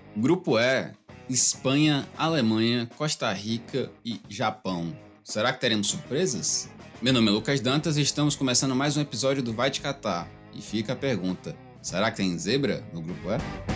Grupo E, Espanha, Alemanha, Costa Rica e Japão. Será que teremos surpresas? Meu nome é Lucas Dantas e estamos começando mais um episódio do Vai Te Catar. E fica a pergunta, será que tem zebra no Grupo E?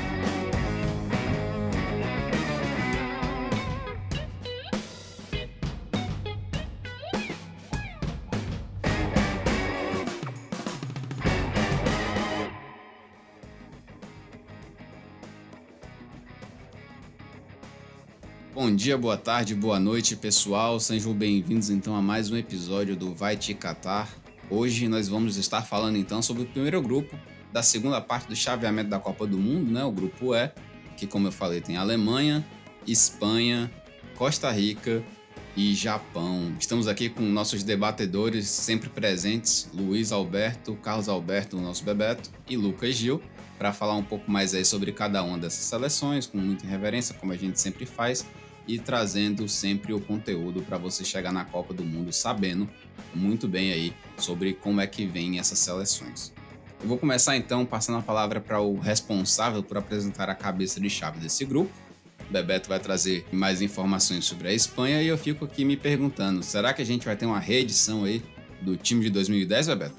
Bom dia, boa tarde, boa noite, pessoal. Sejam bem-vindos então a mais um episódio do Vai Te Catar. Hoje nós vamos estar falando então sobre o primeiro grupo da segunda parte do chaveamento da Copa do Mundo, né? O grupo E, que como eu falei tem Alemanha, Espanha, Costa Rica e Japão. Estamos aqui com nossos debatedores sempre presentes, Luiz Alberto, Carlos Alberto, o nosso Bebeto, e Lucas Gil, para falar um pouco mais aí sobre cada uma dessas seleções, com muita reverência, como a gente sempre faz, e trazendo sempre o conteúdo para você chegar na Copa do Mundo sabendo muito bem aí sobre como é que vem essas seleções. Eu vou começar então passando a palavra para o responsável por apresentar a cabeça de chave desse grupo. O Bebeto vai trazer mais informações sobre a Espanha e eu fico aqui me perguntando, será que a gente vai ter uma reedição aí do time de 2010, Bebeto?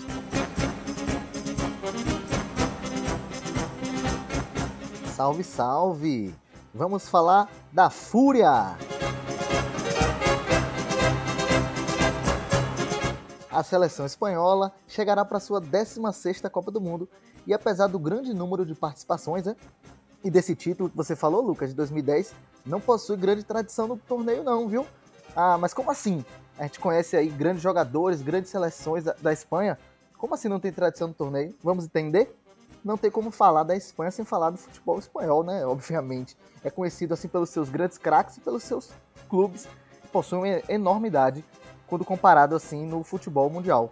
Salve, salve! Vamos falar da Fúria! A seleção espanhola chegará para sua 16ª Copa do Mundo e apesar do grande número de participações, e desse título que você falou, Lucas, de 2010, não possui grande tradição no torneio não, viu? Ah, mas como assim? A gente conhece aí grandes jogadores, grandes seleções da Espanha. Como assim não tem tradição no torneio? Vamos entender? Não tem como falar da Espanha sem falar do futebol espanhol, né? Obviamente. É conhecido assim pelos seus grandes craques e pelos seus clubes que possuem enormidade quando comparado assim no futebol mundial.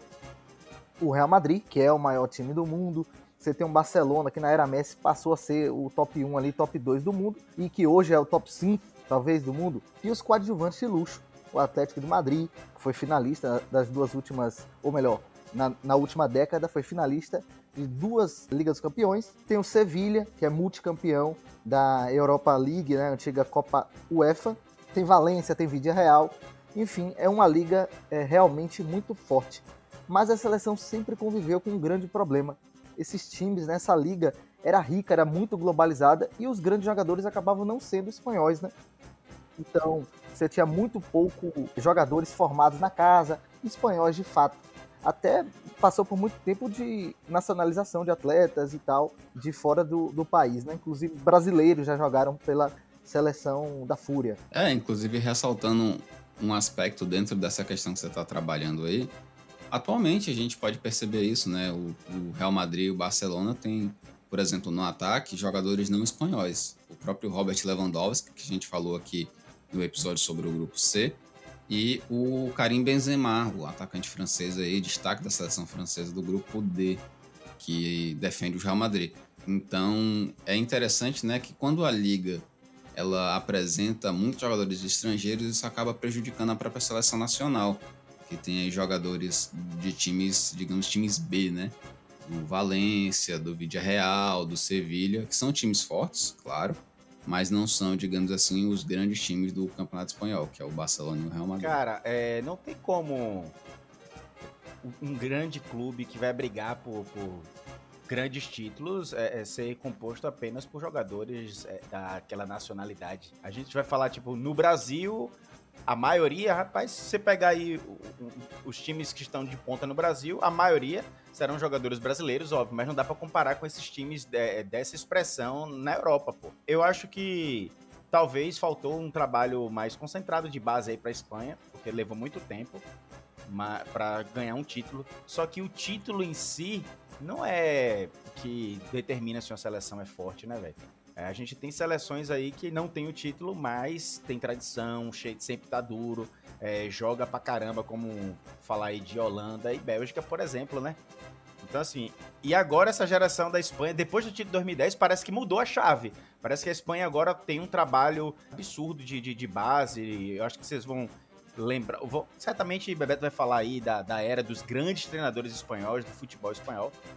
O Real Madrid, que é o maior time do mundo, você tem um Barcelona que na era Messi passou a ser o top 1 ali, top 2 do mundo, e que hoje é o top 5, talvez, do mundo, e os coadjuvantes de luxo, o Atlético de Madrid, que foi finalista das duas últimas, ou melhor, na última década foi finalista de 2 Ligas dos Campeões. Tem o Sevilha, que é multicampeão da Europa League, né, antiga Copa UEFA. Tem Valência, tem Villarreal. Enfim, é uma liga realmente muito forte. Mas a seleção sempre conviveu com um grande problema. Esses times nessa liga era rica, era muito globalizada e os grandes jogadores acabavam não sendo espanhóis, né? Então, você tinha muito pouco jogadores formados na casa, espanhóis de fato. Até passou por muito tempo de nacionalização de atletas e tal, de fora do país, né? Inclusive brasileiros já jogaram pela seleção da Fúria. Inclusive ressaltando um aspecto dentro dessa questão que você está trabalhando aí, atualmente a gente pode perceber isso, né? O Real Madrid e o Barcelona tem, por exemplo, no ataque, jogadores não espanhóis. O próprio Robert Lewandowski, que a gente falou aqui no episódio sobre o Grupo C, e o Karim Benzema, o atacante francês aí, destaque da seleção francesa do Grupo D, que defende o Real Madrid. Então, é interessante, né, que quando a Liga ela apresenta muitos jogadores estrangeiros, isso acaba prejudicando a própria seleção nacional, que tem aí jogadores de times, digamos, times B, né? Do Valência, do Villarreal, do Sevilha, que são times fortes, claro, mas não são, digamos assim, os grandes times do Campeonato Espanhol, que é o Barcelona e o Real Madrid. Cara, não tem como um grande clube que vai brigar por grandes títulos ser composto apenas por jogadores daquela nacionalidade. A gente vai falar, tipo, no Brasil, a maioria, rapaz, se você pegar aí os times que estão de ponta no Brasil, a maioria serão jogadores brasileiros, óbvio, mas não dá pra comparar com esses times dessa expressão na Europa, pô. Eu acho que talvez faltou um trabalho mais concentrado de base aí pra Espanha, porque levou muito tempo para ganhar um título. Só que o título em si não é que determina se uma seleção é forte, né, velho? A gente tem seleções aí que não tem o título, mas tem tradição, sempre tá duro, joga pra caramba, como falar aí de Holanda e Bélgica, por exemplo, né? Então, assim, e agora essa geração da Espanha, depois do título de 2010, parece que mudou a chave. Parece que a Espanha agora tem um trabalho absurdo de base. Eu acho que vocês vão lembrar. Certamente o Bebeto vai falar aí da era dos grandes treinadores espanhóis, do futebol espanhol.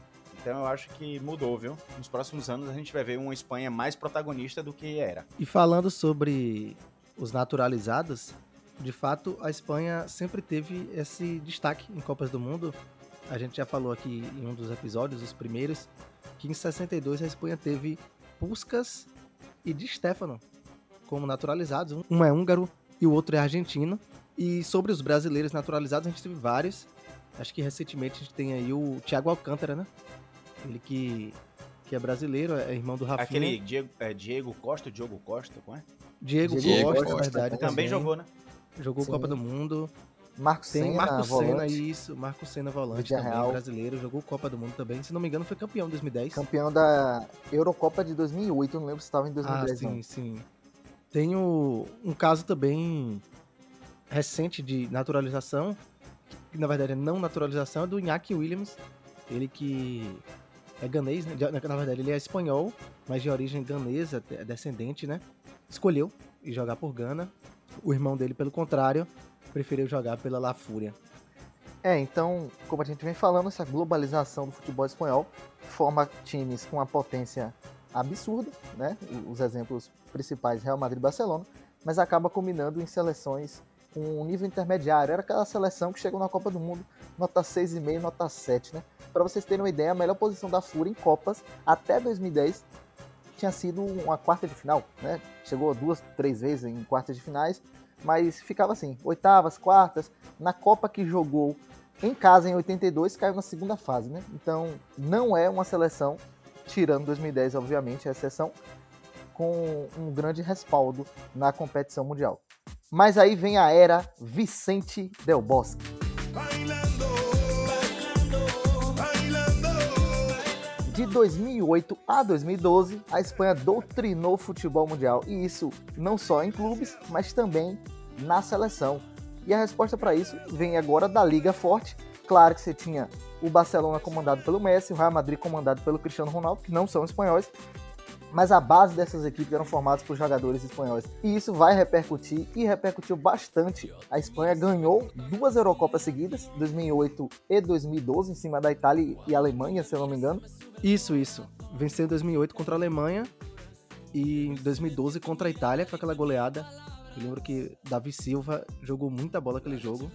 Então eu acho que mudou, viu? Nos próximos anos a gente vai ver uma Espanha mais protagonista do que era. E falando sobre os naturalizados, de fato a Espanha sempre teve esse destaque em Copas do Mundo. A gente já falou aqui em um dos episódios, os primeiros, que em 62 a Espanha teve Puskás e Di Stéfano como naturalizados. Um é húngaro e o outro é argentino. E sobre os brasileiros naturalizados a gente teve vários. Acho que recentemente a gente tem aí o Thiago Alcântara, né? Ele que é brasileiro, é irmão do Rafinha. Aquele Diogo Costa, como é? Diego Costa, na verdade. Também jogou, né? Jogou Sim. Copa do Mundo. Marcos Tem Senna, Marcos Senna, volante, isso. Marcos Senna, volante Vídea também, Real. brasileiro. Jogou Copa do Mundo também. Se não me engano, foi campeão em 2010. campeão da Eurocopa de 2008, não lembro se estava em 2010 sim, não. sim. Tem um caso também recente de naturalização, que na verdade é não naturalização, é do Iñaki Williams. Ele que é ganês, né? Na verdade ele é espanhol, mas de origem ganesa, é descendente, né? Escolheu ir jogar por Gana. O irmão dele, pelo contrário, preferiu jogar pela La Fúria. Então, como a gente vem falando, essa globalização do futebol espanhol forma times com uma potência absurda, né? Os exemplos principais, Real Madrid e Barcelona, mas acaba combinando em seleções com um nível intermediário. Era aquela seleção que chegou na Copa do Mundo, nota 6,5, nota 7, né? Para vocês terem uma ideia, a melhor posição da Fúria em Copas até 2010 tinha sido uma quarta de final, né? Chegou 2, 3 vezes em quartas de finais, mas ficava assim, oitavas, quartas. Na Copa que jogou em casa em 82, caiu na segunda fase, né? Então, não é uma seleção, tirando 2010, obviamente, a exceção, com um grande respaldo na competição mundial. Mas aí vem a era Vicente Del Bosque. De 2008 a 2012, a Espanha doutrinou o futebol mundial, e isso não só em clubes, mas também na seleção. E a resposta para isso vem agora da Liga Forte. Claro que você tinha o Barcelona comandado pelo Messi, o Real Madrid comandado pelo Cristiano Ronaldo, que não são espanhóis, mas a base dessas equipes eram formadas por jogadores espanhóis. E isso vai repercutir, e repercutiu bastante. A Espanha ganhou 2 Eurocopas seguidas, 2008 e 2012, em cima da Itália e Alemanha, se eu não me engano. Isso. Venceu em 2008 contra a Alemanha e em 2012 contra a Itália, com aquela goleada. Eu lembro que Davi Silva jogou muita bola aquele jogo.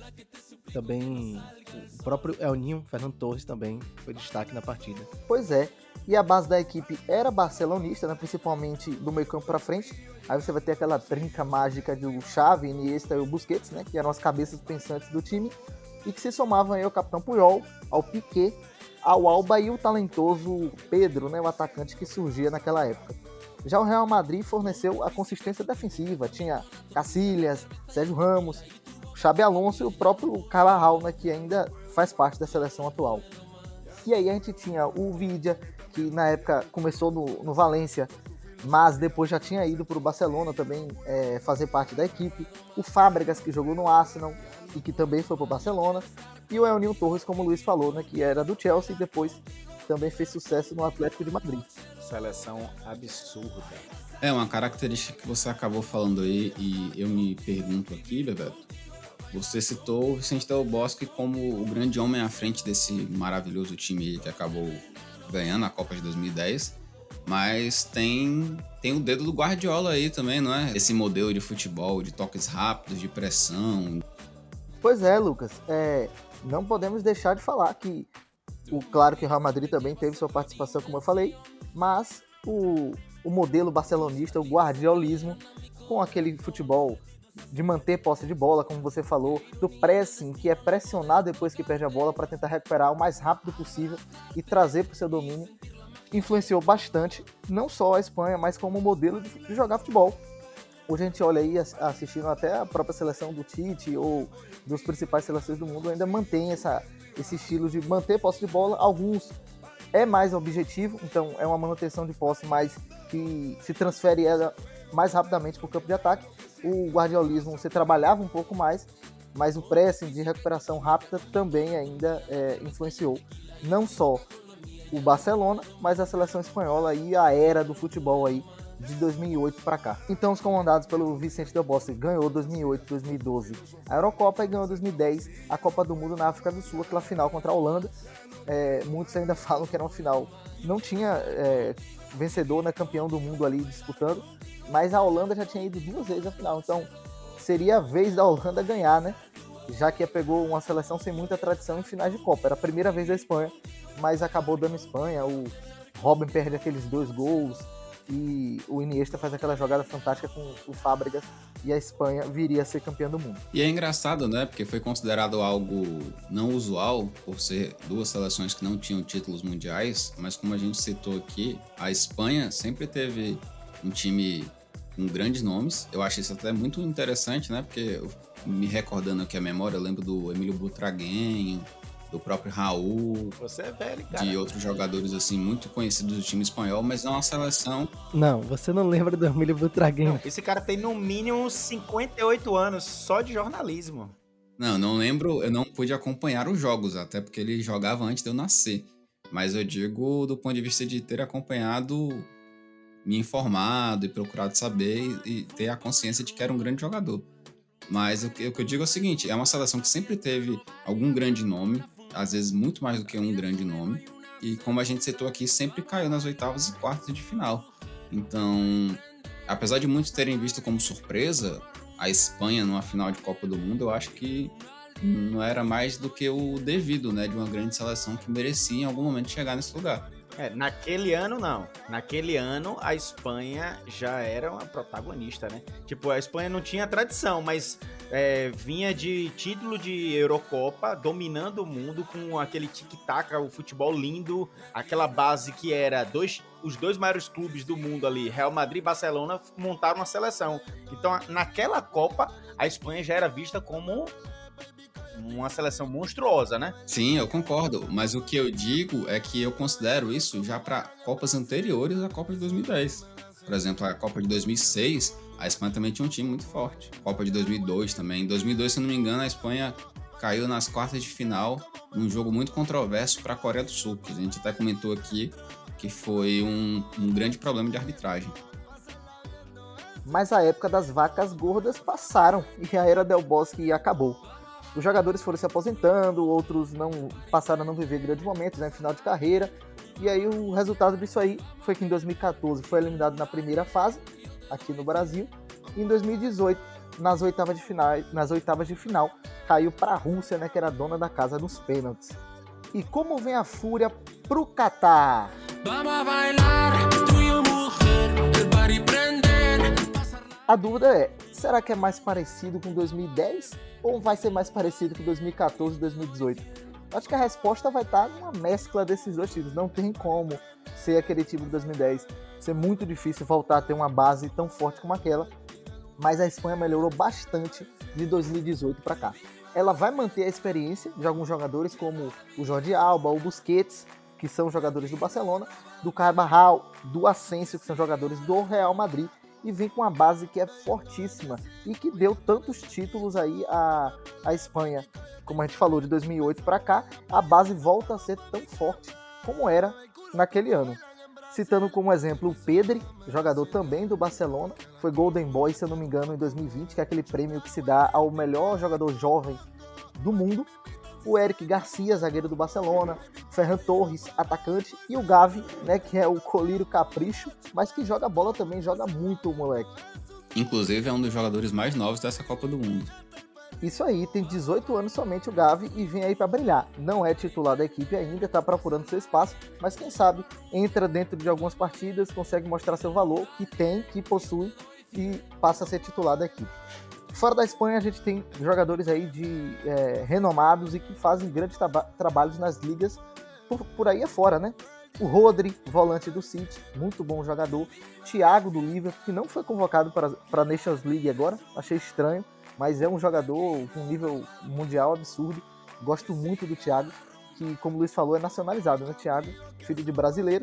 Também o próprio El Ninho, Fernando Torres, também foi destaque na partida. Pois é, e a base da equipe era barcelonista, né, principalmente do meio campo para frente. Aí você vai ter aquela trinca mágica do Xavi, Iniesta e o Busquets, né, que eram as cabeças pensantes do time, e que se somavam aí ao capitão Puyol, ao Piqué, ao Alba e o talentoso Pedro, né, o atacante que surgia naquela época. Já o Real Madrid forneceu a consistência defensiva, tinha Casillas, Sérgio Ramos, Xabi Alonso e o próprio Carvajal, né, que ainda faz parte da seleção atual. E aí a gente tinha o Vidia, que na época começou no Valência, mas depois já tinha ido para o Barcelona também fazer parte da equipe. O Fábregas, que jogou no Arsenal e que também foi para o Barcelona. E o El Ninho Torres, como o Luiz falou, né, que era do Chelsea e depois também fez sucesso no Atlético de Madrid. Seleção absurda. É uma característica que você acabou falando aí, e eu me pergunto aqui, Bebeto. Você citou o Vicente Del Bosque como o grande homem à frente desse maravilhoso time aí que acabou ganhando a Copa de 2010, mas tem o dedo do Guardiola aí também, não é? Esse modelo de futebol, de toques rápidos, de pressão. Pois é, Lucas. Não podemos deixar de falar que, claro que o Real Madrid também teve sua participação, como eu falei, mas o modelo barcelonista, o guardiolismo, com aquele futebol de manter posse de bola, como você falou, do pressing, que é pressionar depois que perde a bola para tentar recuperar o mais rápido possível e trazer para o seu domínio, influenciou bastante, não só a Espanha, mas como modelo de jogar futebol. Hoje a gente olha aí, assistindo até a própria seleção do Tite ou dos principais seleções do mundo, ainda mantém esse estilo de manter posse de bola. Alguns é mais objetivo, então é uma manutenção de posse, mas que se transfere ela mais rapidamente para o campo de ataque. O guardiolismo você trabalhava um pouco mais, mas o pressing de recuperação rápida também ainda influenciou não só o Barcelona, mas a seleção espanhola e a era do futebol aí de 2008 para cá. Então, os comandados pelo Vicente Del Bosque ganhou 2008, 2012 a Eurocopa e ganhou 2010 a Copa do Mundo na África do Sul, aquela final contra a Holanda. Muitos ainda falam que era uma final, não tinha vencedor, né, campeão do mundo ali disputando, mas a Holanda já tinha ido 2 vezes à final, então seria a vez da Holanda ganhar, né? Já que pegou uma seleção sem muita tradição em finais de Copa. Era a primeira vez da Espanha, mas acabou dando Espanha. O Robben perde aqueles 2 gols e o Iniesta faz aquela jogada fantástica com o Fábregas e a Espanha viria a ser campeã do mundo. E é engraçado, né? Porque foi considerado algo não usual por ser 2 seleções que não tinham títulos mundiais, mas como a gente citou aqui, a Espanha sempre teve um time com grandes nomes. Eu acho isso até muito interessante, né? Porque me recordando aqui a memória, eu lembro do Emílio Butragueño, do próprio Raul. Você é velho, cara. De outros jogadores, assim, muito conhecidos do time espanhol, mas é uma seleção... Não, você não lembra do Emílio Butragueño. Esse cara tem no mínimo 58 anos só de jornalismo. Não lembro, eu não pude acompanhar os jogos, até porque ele jogava antes de eu nascer. Mas eu digo do ponto de vista de ter acompanhado, me informado e procurado saber e ter a consciência de que era um grande jogador. Mas o que eu digo é o seguinte, é uma seleção que sempre teve algum grande nome, às vezes muito mais do que um grande nome, e como a gente citou aqui, sempre caiu nas oitavas e quartas de final. Então, apesar de muitos terem visto como surpresa a Espanha numa final de Copa do Mundo, eu acho que não era mais do que o devido, né, de uma grande seleção que merecia em algum momento chegar nesse lugar. Naquele ano, não. Naquele ano, a Espanha já era uma protagonista, né? Tipo, a Espanha não tinha tradição, mas vinha de título de Eurocopa, dominando o mundo com aquele tic-tac, o futebol lindo, aquela base que era os 2 maiores clubes do mundo ali, Real Madrid e Barcelona, montaram uma seleção. Então, naquela Copa, a Espanha já era vista como uma seleção monstruosa, né? Sim, eu concordo, mas o que eu digo é que eu considero isso já para Copas anteriores à Copa de 2010. Por exemplo, a Copa de 2006, a Espanha também tinha um time muito forte. Copa de 2002 também. Em 2002, se não me engano, a Espanha caiu nas quartas de final num jogo muito controverso para a Coreia do Sul, que a gente até comentou aqui que foi um grande problema de arbitragem. Mas a época das vacas gordas passaram e a era Del Bosque acabou. Os jogadores foram se aposentando, outros não passaram a não viver grandes momentos, né, final de carreira. E aí o resultado disso aí foi que em 2014 foi eliminado na primeira fase, aqui no Brasil. E em 2018, nas oitavas de final, caiu para a Rússia, né, que era a dona da casa nos pênaltis. E como vem a fúria pro Catar? A dúvida é, será que é mais parecido com 2010 ou vai ser mais parecido com 2014 e 2018? Acho que a resposta vai estar numa mescla desses 2 times. Não tem como ser aquele time de 2010. Vai ser muito difícil voltar a ter uma base tão forte como aquela. Mas a Espanha melhorou bastante de 2018 para cá. Ela vai manter a experiência de alguns jogadores como o Jordi Alba, o Busquets, que são jogadores do Barcelona, do Carvajal, do Asensio, que são jogadores do Real Madrid, e vem com uma base que é fortíssima e que deu tantos títulos aí à Espanha. Como a gente falou, de 2008 para cá, a base volta a ser tão forte como era naquele ano. Citando como exemplo o Pedri, jogador também do Barcelona, foi Golden Boy, se eu não me engano, em 2020, que é aquele prêmio que se dá ao melhor jogador jovem do mundo. O Eric Garcia, zagueiro do Barcelona, Ferran Torres, atacante, e o Gavi, né, que é o colírio capricho, mas que joga bola também, joga muito o moleque. Inclusive é um dos jogadores mais novos dessa Copa do Mundo. Isso aí, tem 18 anos somente o Gavi e vem aí para brilhar. Não é titular da equipe ainda, está procurando seu espaço, mas quem sabe entra dentro de algumas partidas, consegue mostrar seu valor, que tem, que possui, e passa a ser titular da equipe. Fora da Espanha, a gente tem jogadores aí renomados e que fazem grandes trabalhos nas ligas por aí afora, né? O Rodri, volante do City, muito bom jogador. Thiago, do Liverpool, que não foi convocado para a Nations League agora, achei estranho, mas é um jogador com nível mundial absurdo. Gosto muito do Thiago, que, como o Luiz falou, é nacionalizado, né? Thiago, filho de brasileiros.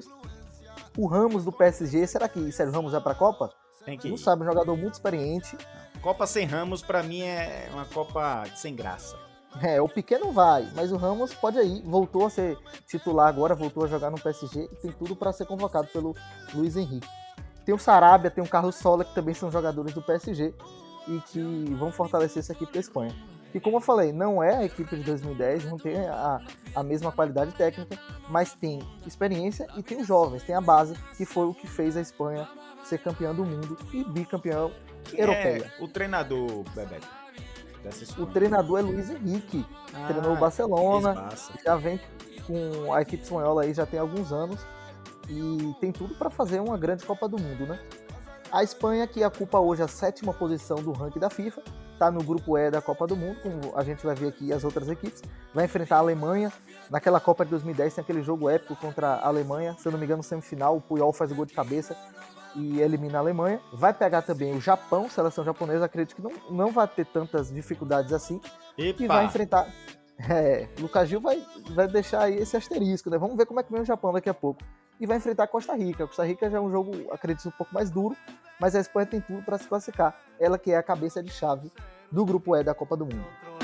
O Ramos, do PSG, será que Sérgio Ramos vai para a Copa? Tem que ir. Não sabe, um jogador muito experiente. Copa sem Ramos, pra mim, é uma Copa sem graça. O Piqué não vai, mas o Ramos pode ir. Voltou a ser titular agora, voltou a jogar no PSG e tem tudo para ser convocado pelo Luiz Henrique. tem o Sarabia, tem o Carlos Sola, que também são jogadores do PSG e que vão fortalecer essa equipe da Espanha. E como eu falei, não é a equipe de 2010, não tem a mesma qualidade técnica, mas tem experiência e tem os jovens, tem a base, que foi o que fez a Espanha ser campeã do mundo e bicampeã europeia. O treinador, Bebeto, dessa Espanha? O treinador é Luiz Henrique, treinou o Barcelona, já vem com a equipe espanhola aí já tem alguns anos e tem tudo para fazer uma grande Copa do Mundo, né? A Espanha, que ocupa hoje a 7ª posição do ranking da FIFA, está no grupo E da Copa do Mundo, como a gente vai ver aqui as outras equipes, vai enfrentar a Alemanha. Naquela Copa de 2010 tem aquele jogo épico contra a Alemanha, se eu não me engano, semifinal, o Puyol faz o gol de cabeça e elimina a Alemanha. Vai pegar também o Japão, seleção japonesa, acredito que não vai ter tantas dificuldades assim. Epa. E vai enfrentar... Lucas Gil vai deixar aí esse asterisco, né? Vamos ver como é que vem o Japão daqui a pouco. E vai enfrentar a Costa Rica. A Costa Rica já é um jogo, acredito, um pouco mais duro, mas a Espanha tem tudo para se classificar. Ela que é a cabeça de chave do grupo E da Copa do Mundo.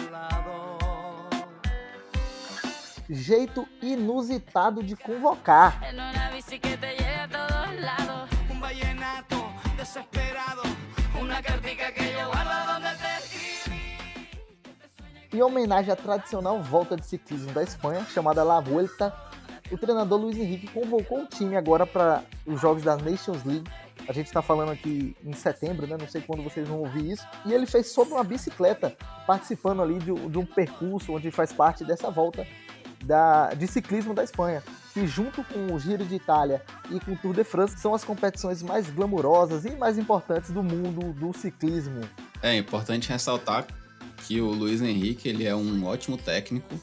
Jeito inusitado de convocar. Em homenagem à tradicional volta de ciclismo da Espanha, chamada La Vuelta, o treinador Luiz Henrique convocou o time agora para os jogos da Nations League. A gente está falando aqui em setembro, né? Não sei quando vocês vão ouvir isso. E ele fez sobre uma bicicleta, participando ali de um percurso onde faz parte dessa volta de ciclismo da Espanha, que junto com o Giro de Itália e com o Tour de France são as competições mais glamurosas e mais importantes do mundo do ciclismo. É importante ressaltar que o Luiz Henrique ele é um ótimo técnico,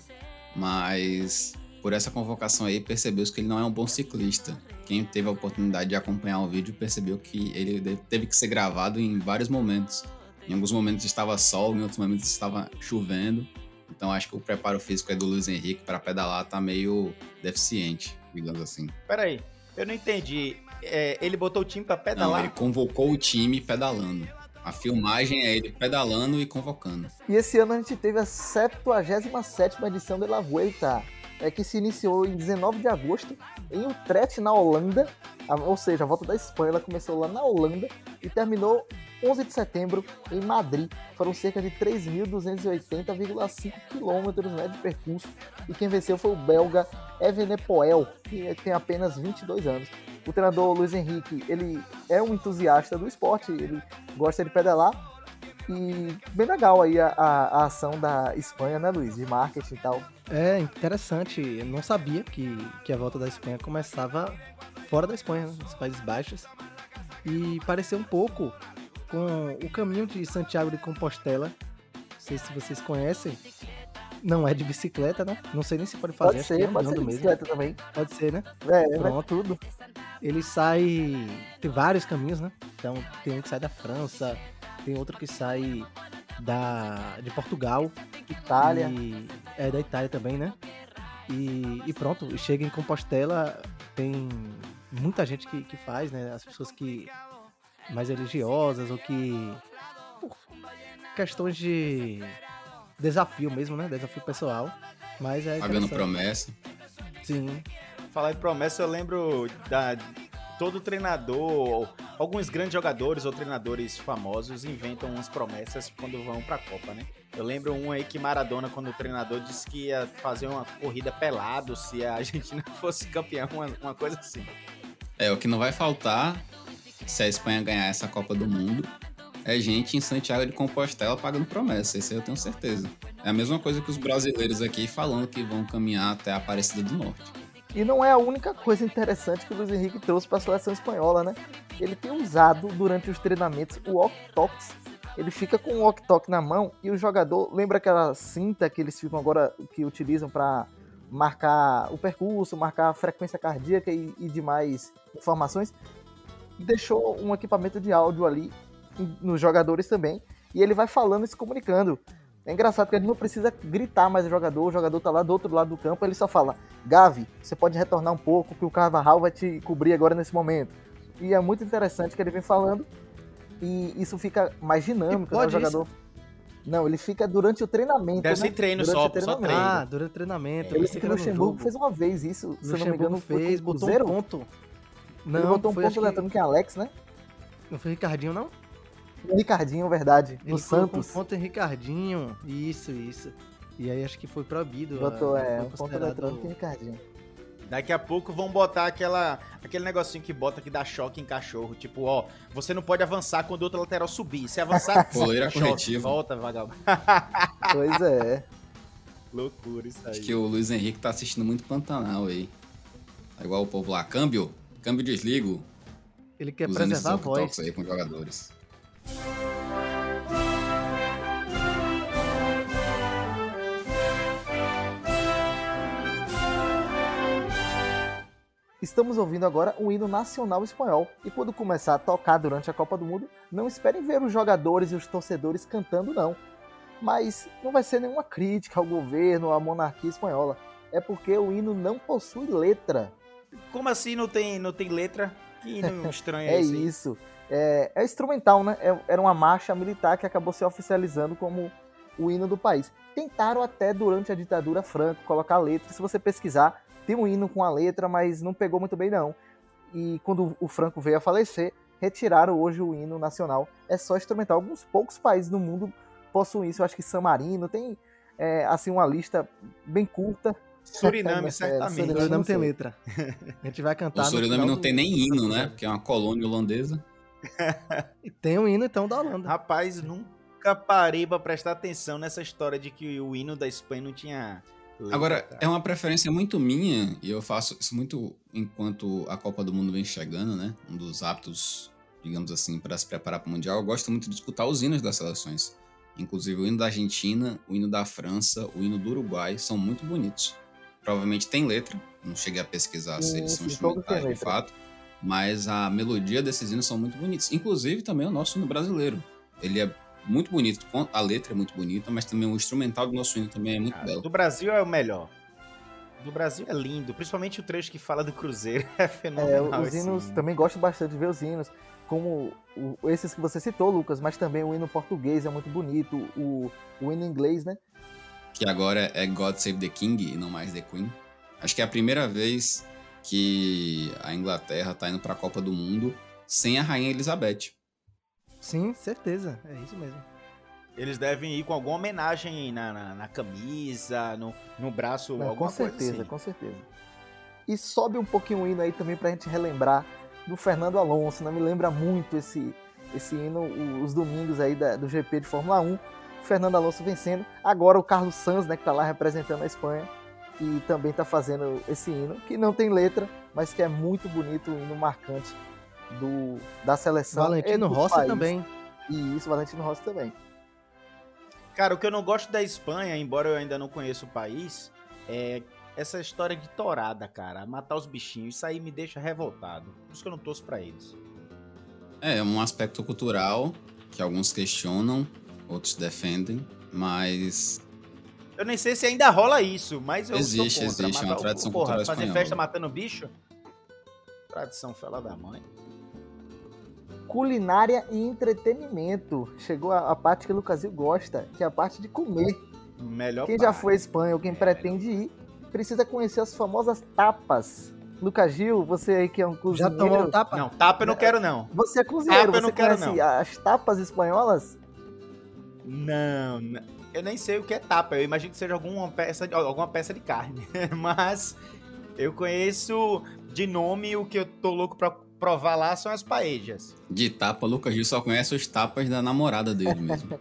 mas por essa convocação aí percebeu-se que ele não é um bom ciclista. Quem teve a oportunidade de acompanhar o vídeo percebeu que ele teve que ser gravado em vários momentos. Em alguns momentos estava sol, em outros momentos estava chovendo. Então acho que o preparo físico do Luiz Henrique para pedalar tá meio deficiente, digamos assim. Peraí, eu não entendi. Ele botou o time para pedalar? Não, ele convocou o time pedalando. A filmagem é ele pedalando e convocando. E esse ano a gente teve a 77ª edição da La Vuelta, que se iniciou em 19 de agosto em Utrecht, na Holanda. Ou seja, a volta da Espanha ela começou lá na Holanda e terminou 11 de setembro em Madrid. Foram cerca de 3.280,5 quilômetros, né, de percurso. E quem venceu foi o belga Evenepoel, que tem apenas 22 anos. O treinador Luiz Henrique, ele é um entusiasta do esporte, ele gosta de pedalar. E bem legal aí a ação da Espanha, né, Luiz? De marketing e tal. É interessante, eu não sabia que a volta da Espanha começava fora da Espanha, nos Países Baixos. E pareceu um pouco com o caminho de Santiago de Compostela. Não sei se vocês conhecem. Não é de bicicleta, né? Não sei nem se pode fazer. Pode ser de bicicleta também. Pode ser, né? Pronto. Tudo. Ele sai... Tem vários caminhos, né? Então tem um que sai da França, tem outro que sai de Portugal. Itália. É da Itália também, né? E pronto, chega em Compostela, tem muita gente que faz, né? As pessoas que mais religiosas ou que... por questões de desafio mesmo, né? Desafio pessoal. Mas é pagando promessa. Sim. Falar em promessa, eu lembro todo treinador, alguns grandes jogadores ou treinadores famosos inventam umas promessas quando vão pra Copa, né? Eu lembro um aí que Maradona, quando o treinador disse que ia fazer uma corrida pelado se a Argentina fosse campeão, uma coisa assim. O que não vai faltar, se a Espanha ganhar essa Copa do Mundo, é gente em Santiago de Compostela pagando promessa, isso aí eu tenho certeza. É a mesma coisa que os brasileiros aqui falando que vão caminhar até a Aparecida do Norte. E não é a única coisa interessante que o Luiz Henrique trouxe para a seleção espanhola, né? Ele tem usado durante os treinamentos o walkie-talkies. Ele fica com o walkie-talkie na mão e o jogador, lembra aquela cinta que eles ficam agora, que utilizam para marcar o percurso, marcar a frequência cardíaca e demais informações? Deixou um equipamento de áudio ali nos jogadores também e ele vai falando e se comunicando. É engraçado que ele não precisa gritar mais o jogador tá lá do outro lado do campo, ele só fala: Gavi, você pode retornar um pouco, que o Carvajal vai te cobrir agora nesse momento. E é muito interessante que ele vem falando, e isso fica mais dinâmico, né, o jogador. Isso? Não, ele fica durante o treinamento. Deve ser treino só treino. Ah, durante o treinamento. O Luxemburgo fez uma vez isso, se eu não me engano, fez, foi botou zero. Um ponto. Não, ele botou um ponto eletrônico em Alex, né? Não foi Ricardinho, não? O Ricardinho, verdade. Ele No colocou Santos. um ponto em Ricardinho. Isso. E aí acho que foi proibido. Botou, foi um ponto considerado- eletrônico em Ricardinho. Daqui a pouco vão botar aquele negocinho que bota que dá choque em cachorro. Tipo, ó, você não pode avançar quando o outro lateral subir. Se avançar, Coleira choque, corretiva. volta, vagabundo. Pois é. Loucura isso aí. Acho que o Luiz Henrique tá assistindo muito Pantanal aí. Tá igual o povo lá. Câmbio desligo. Ele quer Usando esses preservar a voz. walkie-talks aí com os jogadores. Estamos ouvindo agora o hino nacional espanhol. E quando começar a tocar durante a Copa do Mundo, não esperem ver os jogadores e os torcedores cantando, não. Mas não vai ser nenhuma crítica ao governo, à monarquia espanhola. É porque o hino não possui letra. Como assim não tem letra? Que hino estranho É esse aí? isso. É instrumental, né? Era uma marcha militar que acabou se oficializando como o hino do país. Tentaram até durante a ditadura Franco colocar letra. Se você pesquisar, tem um hino com a letra, mas não pegou muito bem não. E quando o Franco veio a falecer, retiraram hoje o hino nacional. É só instrumental. Alguns poucos países no mundo possuem isso. Eu acho que San Marino tem assim uma lista bem curta. Suriname, certamente. Suriname. Suriname não tem sei. letra. A gente vai cantar. O no Suriname final não do- tem nem hino, né? episódio. Porque é uma colônia holandesa. E tem um hino então da Holanda. Rapaz, nunca parei pra prestar atenção nessa história de que o hino da Espanha não tinha letra, Agora, cara. é uma preferência muito minha, e eu faço isso muito enquanto a Copa do Mundo vem chegando, né? Um dos hábitos, digamos assim, para se preparar para o Mundial. Eu gosto muito de escutar os hinos das seleções. Inclusive o hino da Argentina, o hino da França, o hino do Uruguai, são muito bonitos. Provavelmente tem letra, não cheguei a pesquisar se eles são Sim, todos têm instrumentais de letra. fato, mas a melodia desses hinos são muito bonitos. Inclusive também o nosso hino brasileiro. Ele é muito bonito, a letra é muito bonita, mas também o instrumental do nosso hino também é muito Cara, belo. do Brasil é o melhor. Do Brasil é lindo, principalmente o trecho que fala do Cruzeiro. É fenomenal. Os esse hinos, hino. também gosto bastante de ver os hinos, como esses que você citou, Lucas, mas também o hino português é muito bonito, o hino inglês, né? Que agora é God Save the King e não mais The Queen. Acho que é a primeira vez que a Inglaterra tá indo pra Copa do Mundo sem a Rainha Elizabeth. Sim, certeza. É isso mesmo. Eles devem ir com alguma homenagem na camisa, no braço, Não, alguma com certeza, coisa assim. com certeza. E sobe um pouquinho o hino aí também pra gente relembrar do Fernando Alonso, né? Me lembra muito esse hino, os domingos aí do GP de Fórmula 1. O Fernando Alonso vencendo. Agora o Carlos Sainz, né, que tá lá representando a Espanha, e também tá fazendo esse hino, que não tem letra, mas que é muito bonito, o hino marcante da seleção. Valentino e do Rossi país. também. E isso, Valentino Rossi também. Cara, o que eu não gosto da Espanha, embora eu ainda não conheça o país, é essa história de torada, cara. Matar os bichinhos, isso aí me deixa revoltado. Por isso que eu não torço pra eles. É um aspecto cultural que alguns questionam, outros defendem, mas Eu nem sei se ainda rola isso, mas eu Existe, sou contra. existe, é uma Matar tradição porra, cultural fazer espanhola. festa matando bicho? Tradição fela da mãe. Culinária e entretenimento. Chegou a parte que o Lucasio gosta, que é a parte de comer. Melhor Quem já parte. foi à Espanha ou quem pretende ir, precisa conhecer as famosas tapas. Lucas Gil, você aí que é um Já cozinheiro. tomou um tapa? Não, tapa eu não quero não. Você é cozinheiro, Tapa eu não você quero, conhece não. as tapas espanholas? Não, eu nem sei o que é tapa. Eu imagino que seja alguma peça de carne. Mas eu conheço de nome, o que eu tô louco pra provar lá são as paejas. de tapa, Lucas Gil só conhece os tapas da namorada dele mesmo.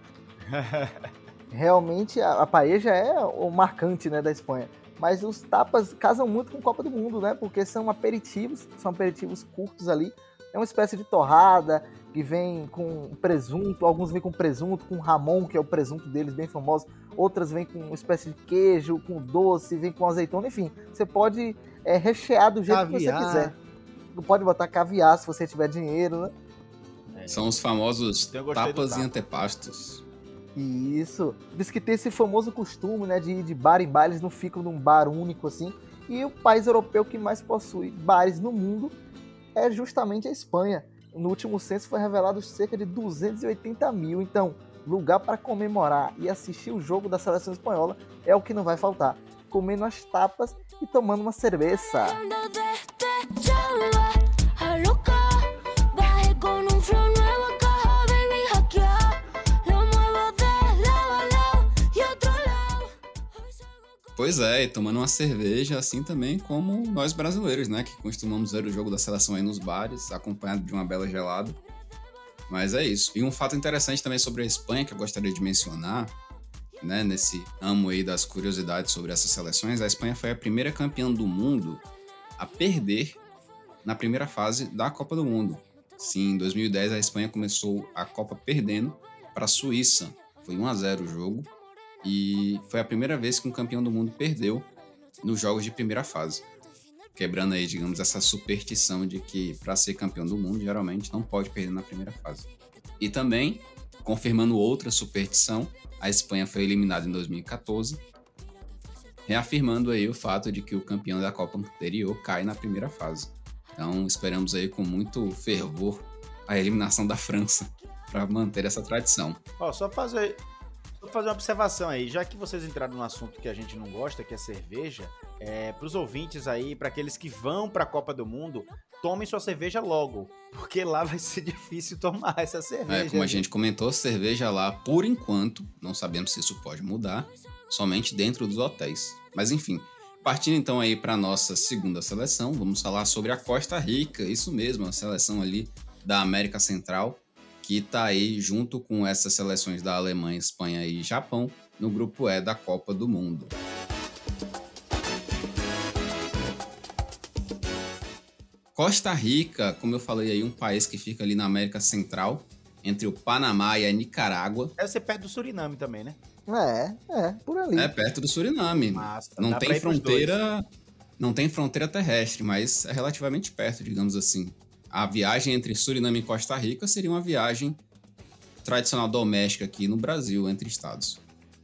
Realmente a paella é o marcante, né, da Espanha. Mas os tapas casam muito com Copa do Mundo, né? Porque são aperitivos curtos ali. É uma espécie de torrada que vem com presunto, alguns vêm com presunto, com ramon, que é o presunto deles, bem famoso. Outras vêm com uma espécie de queijo, com doce, vem com azeitona, enfim. Você pode rechear do jeito que você Caviar. quiser. Pode botar caviar se você tiver dinheiro, né? São os famosos Eu gostei do tapas e tapa. antepastos. Isso. Diz que tem esse famoso costume, né, de ir de bar em bar, eles não ficam num bar único assim. E o país europeu que mais possui bares no mundo é justamente a Espanha. No último censo foi revelado cerca de 280 mil. Então, lugar para comemorar e assistir o jogo da seleção espanhola é o que não vai faltar. Comendo as tapas e tomando uma cerveja. Ando despechada, a loca, bajé con un flow nuevo. Pois é, e tomando uma cerveja, assim também como nós brasileiros, né? Que costumamos ver o jogo da seleção aí nos bares, acompanhado de uma bela gelada. Mas é isso. E um fato interessante também sobre a Espanha, que eu gostaria de mencionar, né? Nesse amo aí das curiosidades sobre essas seleções, a Espanha foi a primeira campeã do mundo a perder na primeira fase da Copa do Mundo. Sim, em 2010 a Espanha começou a Copa perdendo para a Suíça. Foi 1-0 o jogo. E foi a primeira vez que um campeão do mundo perdeu nos jogos de primeira fase. Quebrando aí, digamos, essa superstição de que para ser campeão do mundo, geralmente não pode perder na primeira fase. E também, confirmando outra superstição, a Espanha foi eliminada em 2014, reafirmando aí o fato de que o campeão da Copa anterior cai na primeira fase. Então, esperamos aí com muito fervor a eliminação da França para manter essa tradição. Só fazer uma observação aí, já que vocês entraram num assunto que a gente não gosta, que é cerveja, para os ouvintes aí, para aqueles que vão para a Copa do Mundo, tomem sua cerveja logo, porque lá vai ser difícil tomar essa cerveja. Como a gente comentou, cerveja lá, por enquanto, não sabemos se isso pode mudar, somente dentro dos hotéis. Mas enfim, partindo então aí para nossa segunda seleção, vamos falar sobre a Costa Rica, isso mesmo, a seleção ali da América Central, que está aí junto com essas seleções da Alemanha, Espanha e Japão no grupo E da Copa do Mundo. Costa Rica, como eu falei aí, um país que fica ali na América Central, entre o Panamá e a Nicarágua. Deve ser perto do Suriname também, né? Por ali. É perto do Suriname. Massa, não tem fronteira, não tem fronteira terrestre, mas é relativamente perto, digamos assim. A viagem entre Suriname e Costa Rica seria uma viagem tradicional doméstica aqui no Brasil, entre estados.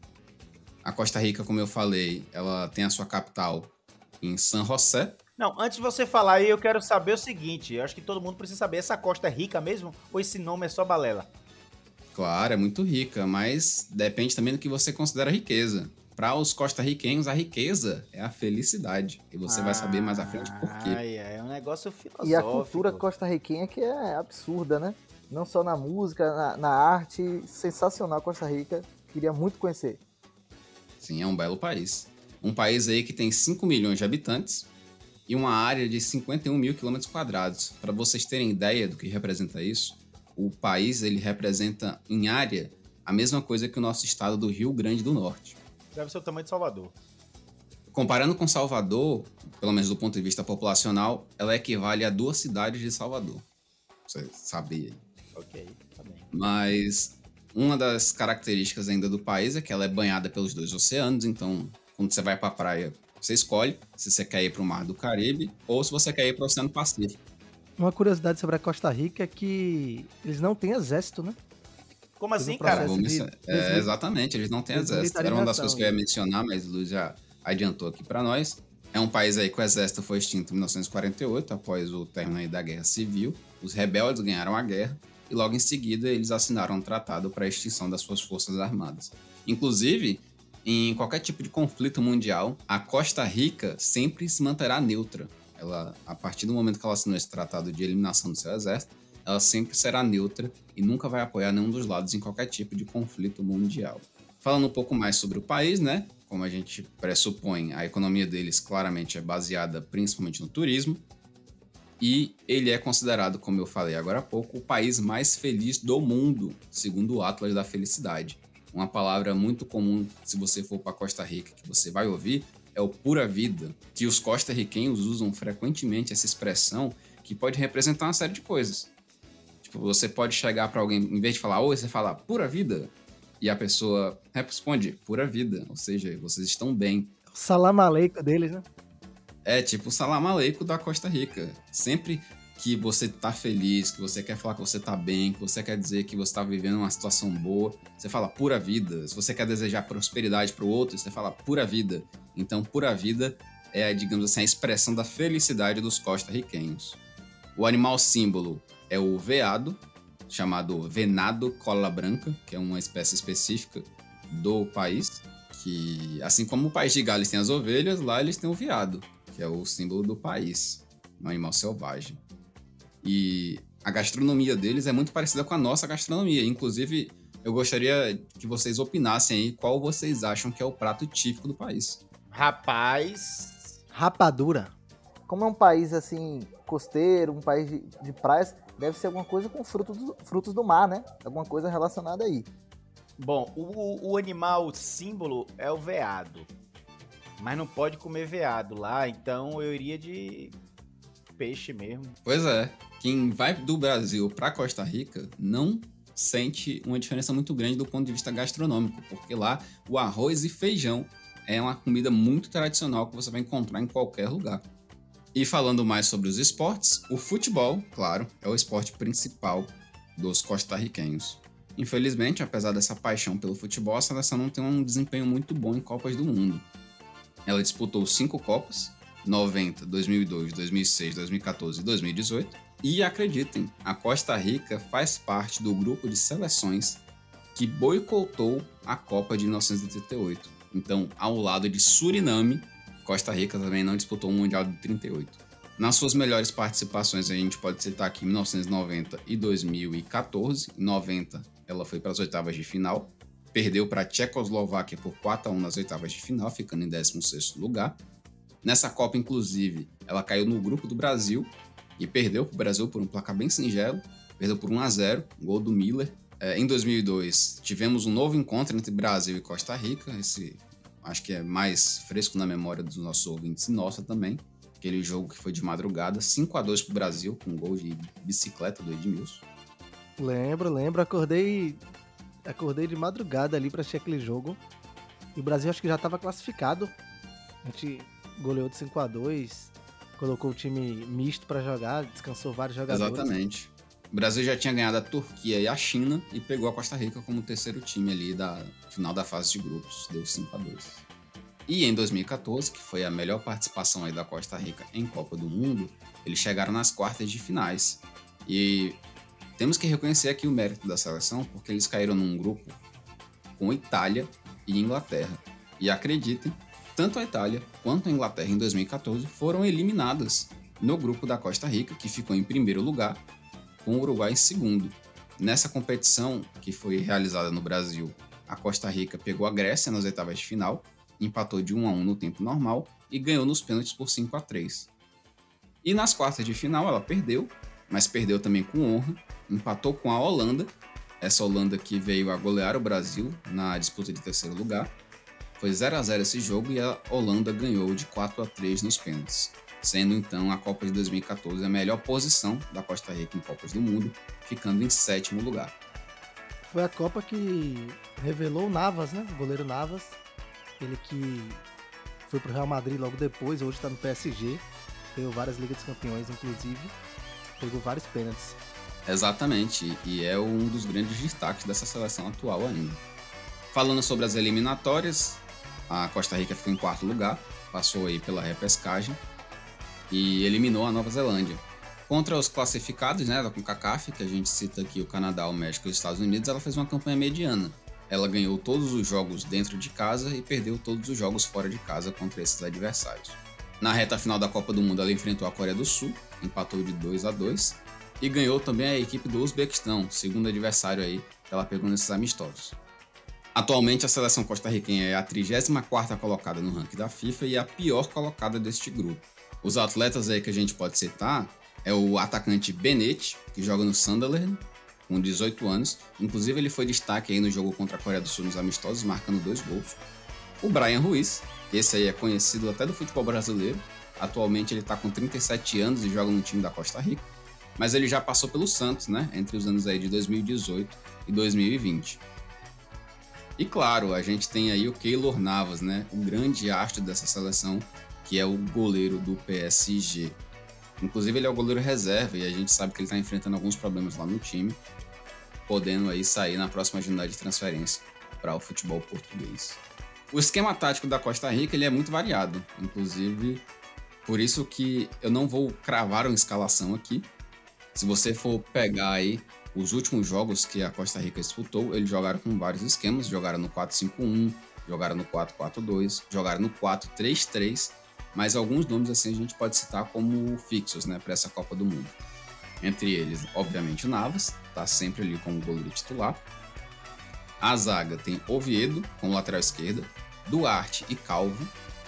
A Costa Rica, como eu falei, ela tem a sua capital em San José. Não, antes de você falar aí, eu quero saber o seguinte, eu acho que todo mundo precisa saber, essa costa é rica mesmo ou esse nome é só balela? Claro, é muito rica, mas depende também do que você considera riqueza. Para os costarriquenhos, a riqueza é a felicidade. E você vai saber mais à frente por quê. É um negócio filosófico. E a cultura costarriquenha que é absurda, né? Não só na música, na arte. Sensacional Costa Rica. Queria muito conhecer. Sim, é um belo país. Um país aí que tem 5 milhões de habitantes e uma área de 51 mil quilômetros quadrados. Para vocês terem ideia do que representa isso, o país ele representa em área a mesma coisa que o nosso estado do Rio Grande do Norte. Deve ser o tamanho de Salvador. Comparando com Salvador, pelo menos do ponto de vista populacional, ela equivale a 2 cidades de Salvador. Você sabia aí. Ok, tá bem. Mas uma das características ainda do país é que ela é banhada pelos 2 oceanos, então quando você vai pra praia, você escolhe se você quer ir pro Mar do Caribe ou se você quer ir pro Oceano Pacífico. Uma curiosidade sobre a Costa Rica é que eles não têm exército, né? Como assim, cara? Exatamente, eles não têm exército. Era uma das coisas que eu ia mencionar, mas o Luiz já adiantou aqui para nós. É um país aí que o exército foi extinto em 1948, após o término aí da Guerra Civil. Os rebeldes ganharam a guerra e logo em seguida eles assinaram um tratado para a extinção das suas forças armadas. Inclusive, em qualquer tipo de conflito mundial, a Costa Rica sempre se manterá neutra. Ela, a partir do momento que ela assinou esse tratado de eliminação do seu exército, ela sempre será neutra e nunca vai apoiar nenhum dos lados em qualquer tipo de conflito mundial. Falando um pouco mais sobre o país, né? Como a gente pressupõe, a economia deles claramente é baseada principalmente no turismo. E ele é considerado, como eu falei agora há pouco, o país mais feliz do mundo, segundo o Atlas da Felicidade. Uma palavra muito comum, se você for para Costa Rica, que você vai ouvir, é o pura vida, que os costarriquenhos usam frequentemente essa expressão, que pode representar uma série de coisas. Tipo, você pode chegar para alguém, em vez de falar oi, você fala pura vida, e a pessoa responde pura vida, ou seja, vocês estão bem. O salam aleikum deles, né? É tipo o salam aleikum da Costa Rica. Sempre que você tá feliz, que você quer falar que você tá bem, que você quer dizer que você tá vivendo uma situação boa, você fala pura vida. Se você quer desejar prosperidade pro outro, você fala pura vida. Então, pura vida é, digamos assim, a expressão da felicidade dos costarriquenhos. O animal símbolo é o veado, chamado venado cola branca, que é uma espécie específica do país, que, assim como o país de Gales tem as ovelhas, lá eles têm o veado, que é o símbolo do país, um animal selvagem. E a gastronomia deles é muito parecida com a nossa gastronomia. Inclusive, eu gostaria que vocês opinassem aí qual vocês acham que é o prato típico do país. Rapaz, Rapadura. Como é um país assim, costeiro, um país de praias, deve ser alguma coisa com frutos do mar, né? Alguma coisa relacionada aí. bom, o animal símbolo é o veado. Mas não pode comer veado lá, então eu iria de peixe mesmo. Pois é, quem vai do Brasil para Costa Rica não sente uma diferença muito grande do ponto de vista gastronômico, porque lá o arroz e feijão é uma comida muito tradicional que você vai encontrar em qualquer lugar. E falando mais sobre os esportes, o futebol, claro, é o esporte principal dos costarriquenhos. Infelizmente, apesar dessa paixão pelo futebol, a seleção não tem um desempenho muito bom em Copas do Mundo. Ela disputou 5 Copas, 90, 2002, 2006, 2014 e 2018. E acreditem, a Costa Rica faz parte do grupo de seleções que boicotou a Copa de 1988. Então, ao lado de Suriname, Costa Rica também não disputou o Mundial de 38. Nas suas melhores participações, a gente pode citar aqui 1990 e 2014. Em 90, ela foi para as oitavas de final. Perdeu para a Tchecoslováquia por 4-1 nas oitavas de final, ficando em 16º lugar. Nessa Copa, inclusive, ela caiu no grupo do Brasil e perdeu para o Brasil por um placar bem singelo. Perdeu por 1-0, gol do Miller. Em 2002, tivemos um novo encontro entre Brasil e Costa Rica. Esse acho que é mais fresco na memória dos nossos ouvintes e nossa também. Aquele jogo que foi de madrugada, 5-2 para o Brasil, com um gol de bicicleta do Edmilson. Lembro. Acordei de madrugada ali pra assistir aquele jogo. E o Brasil acho que já tava classificado. A gente goleou de 5-2, colocou o time misto pra jogar, descansou vários jogadores. Exatamente. O Brasil já tinha ganhado a Turquia e a China e pegou a Costa Rica como terceiro time ali da final da fase de grupos, deu 5-2. E em 2014, que foi a melhor participação aí da Costa Rica em Copa do Mundo, eles chegaram nas quartas de finais. E temos que reconhecer aqui o mérito da seleção, porque eles caíram num grupo com Itália e Inglaterra. E acreditem, tanto a Itália quanto a Inglaterra em 2014 foram eliminadas no grupo da Costa Rica, que ficou em primeiro lugar, com o Uruguai em segundo. Nessa competição, que foi realizada no Brasil, a Costa Rica pegou a Grécia nas oitavas de final, empatou de 1-1 no tempo normal e ganhou nos pênaltis por 5-3. E nas quartas de final ela perdeu, mas perdeu também com honra, empatou com a Holanda, essa Holanda que veio a golear o Brasil na disputa de terceiro lugar. Foi 0-0 esse jogo e a Holanda ganhou de 4-3 nos pênaltis, sendo então a Copa de 2014 a melhor posição da Costa Rica em Copas do Mundo, ficando em 7º lugar. Foi a Copa que revelou o Navas, né? O goleiro Navas. Ele que foi pro Real Madrid logo depois, hoje tá no PSG. Ganhou várias Ligas dos Campeões, inclusive. Pegou vários pênaltis. Exatamente, e é um dos grandes destaques dessa seleção atual ainda. Falando sobre as eliminatórias, a Costa Rica ficou em 4º lugar, passou aí pela repescagem e eliminou a Nova Zelândia. Contra os classificados, né, da CONCACAF, que a gente cita aqui o Canadá, o México e os Estados Unidos, ela fez uma campanha mediana. Ela ganhou todos os jogos dentro de casa e perdeu todos os jogos fora de casa contra esses adversários. Na reta final da Copa do Mundo, ela enfrentou a Coreia do Sul, empatou de 2-2 e ganhou também a equipe do Uzbequistão, segundo adversário aí que ela pegou nesses amistosos. Atualmente, a seleção costarriquenha é a 34ª colocada no ranking da FIFA e a pior colocada deste grupo. Os atletas aí que a gente pode citar é o atacante Bennett, que joga no Sunderland, com 18 anos. Inclusive, ele foi destaque aí no jogo contra a Coreia do Sul nos amistosos, marcando 2 gols. O Brian Ruiz, que esse aí é conhecido até do futebol brasileiro. Atualmente, ele está com 37 anos e joga no time da Costa Rica. Mas ele já passou pelo Santos, né? Entre os anos aí de 2018 e 2020. E claro, a gente tem aí o Keylor Navas, né? O grande astro dessa seleção, que é o goleiro do PSG. Inclusive, ele é o goleiro reserva e a gente sabe que ele está enfrentando alguns problemas lá no time, podendo aí sair na próxima janela de transferência para o futebol português. O esquema tático da Costa Rica ele é muito variado, inclusive por isso que eu não vou cravar uma escalação aqui. Se você for pegar aí os últimos jogos que a Costa Rica disputou, eles jogaram com vários esquemas, jogaram no 4-5-1, jogaram no 4-4-2, jogaram no 4-3-3, mas alguns nomes assim a gente pode citar como fixos, né, para essa Copa do Mundo. Entre eles, obviamente, o Navas, está sempre ali como goleiro titular. A zaga tem Oviedo como lateral esquerda, Duarte e Calvo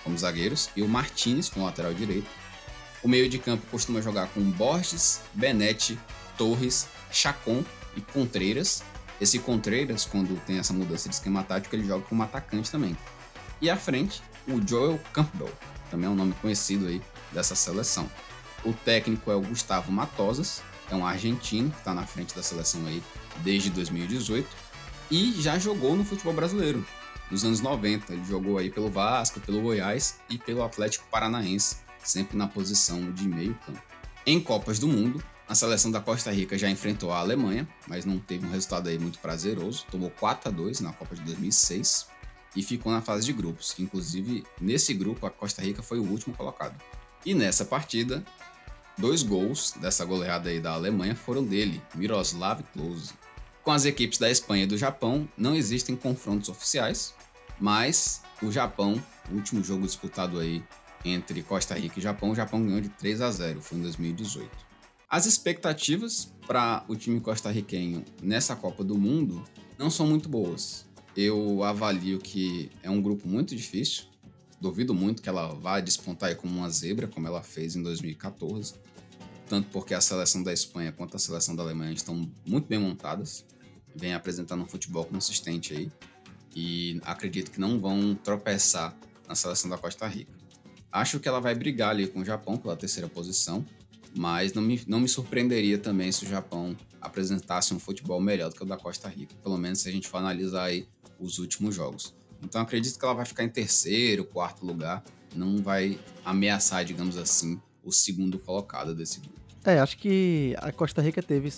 como zagueiros, e o Martínez como lateral direito. O meio de campo costuma jogar com Borges, Benetti, Torres, Chacon e Contreras. Esse Contreras, quando tem essa mudança de esquema tático, ele joga como atacante também. E à frente, o Joel Campbell, também é um nome conhecido aí dessa seleção. O técnico é o Gustavo Matosas, é um argentino que está na frente da seleção aí desde 2018 e já jogou no futebol brasileiro. Nos anos 90, ele jogou aí pelo Vasco, pelo Goiás e pelo Atlético Paranaense, sempre na posição de meio campo. Em Copas do Mundo, a seleção da Costa Rica já enfrentou a Alemanha, mas não teve um resultado aí muito prazeroso. Tomou 4-2 na Copa de 2006 e ficou na fase de grupos. Inclusive, nesse grupo, a Costa Rica foi o último colocado. E nessa partida, 2 gols dessa goleada aí da Alemanha foram dele, Miroslav Klose. Com as equipes da Espanha e do Japão, não existem confrontos oficiais, mas o Japão, o último jogo disputado aí entre Costa Rica e Japão, o Japão ganhou de 3-0, foi em 2018. As expectativas para o time costarriquenho nessa Copa do Mundo não são muito boas. Eu avalio que é um grupo muito difícil. Duvido muito que ela vá despontar aí como uma zebra, como ela fez em 2014. Tanto porque a seleção da Espanha quanto a seleção da Alemanha estão muito bem montadas. Vem apresentando um futebol consistente aí. E acredito que não vão tropeçar na seleção da Costa Rica. Acho que ela vai brigar ali com o Japão pela terceira posição. Mas não me surpreenderia também se o Japão apresentasse um futebol melhor do que o da Costa Rica, pelo menos se a gente for analisar aí os últimos jogos. Então acredito que ela vai ficar em terceiro, quarto lugar, não vai ameaçar, digamos assim, o segundo colocado desse grupo. Acho que a Costa Rica teve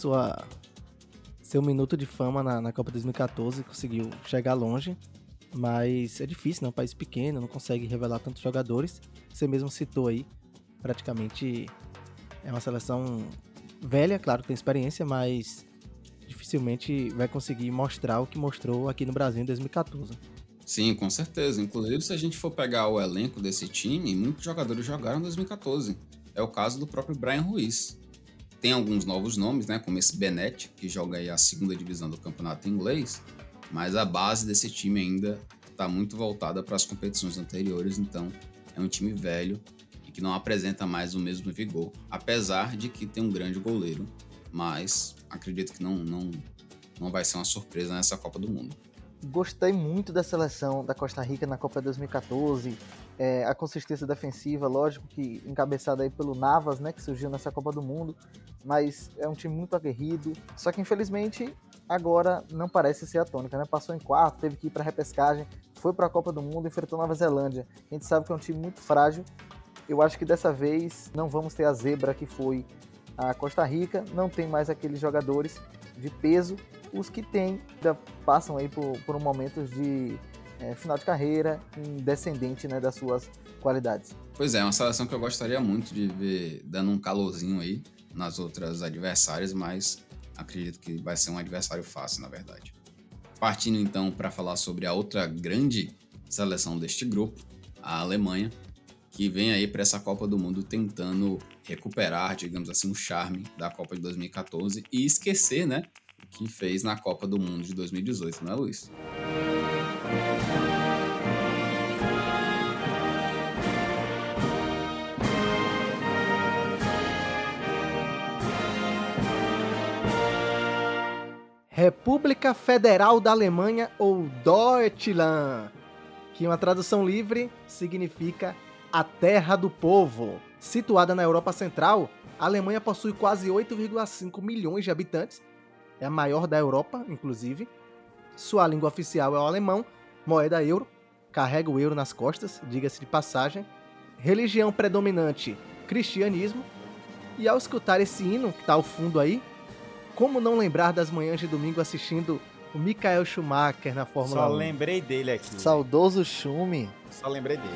seu minuto de fama na Copa 2014, conseguiu chegar longe, mas é difícil, né? Um país pequeno, não consegue revelar tantos jogadores. Você mesmo citou aí, praticamente é uma seleção velha, claro que tem experiência, mas dificilmente vai conseguir mostrar o que mostrou aqui no Brasil em 2014. Sim, com certeza. Inclusive, se a gente for pegar o elenco desse time, muitos jogadores jogaram em 2014. É o caso do próprio Bryan Ruiz. Tem alguns novos nomes, né, como esse Benetti, que joga aí a segunda divisão do campeonato inglês, mas a base desse time ainda está muito voltada para as competições anteriores, então é um time velho e que não apresenta mais o mesmo vigor, apesar de que tem um grande goleiro, mas acredito que não vai ser uma surpresa nessa Copa do Mundo. Gostei muito da seleção da Costa Rica na Copa 2014, a consistência defensiva, lógico que encabeçada aí pelo Navas, né, que surgiu nessa Copa do Mundo, mas é um time muito aguerrido, só que infelizmente agora não parece ser a tônica, né? Passou em quarto, teve que ir para a repescagem, foi para a Copa do Mundo, enfrentou Nova Zelândia. A gente sabe que é um time muito frágil. Eu acho que dessa vez não vamos ter a zebra que foi a Costa Rica, não tem mais aqueles jogadores de peso. Os que tem ainda passam aí por um momento de final de carreira, descendente, né, das suas qualidades. Pois é uma seleção que eu gostaria muito de ver dando um calorzinho aí nas outras adversárias, mas acredito que vai ser um adversário fácil, na verdade. Partindo então para falar sobre a outra grande seleção deste grupo, a Alemanha, que vem aí para essa Copa do Mundo tentando recuperar, digamos assim, o charme da Copa de 2014 e esquecer, né, o que fez na Copa do Mundo de 2018, não é, Luiz? República Federal da Alemanha, ou Deutschland, que uma tradução livre significa a terra do povo. Situada na Europa Central, a Alemanha possui quase 8,5 milhões de habitantes, é a maior da Europa, inclusive. Sua língua oficial é o alemão, moeda euro, carrega o euro nas costas, diga-se de passagem. Religião predominante, cristianismo. E ao escutar esse hino, que está ao fundo aí, como não lembrar das manhãs de domingo assistindo o Michael Schumacher na Fórmula 1? Só lembrei dele aqui. Saudoso Schumi. Só lembrei dele.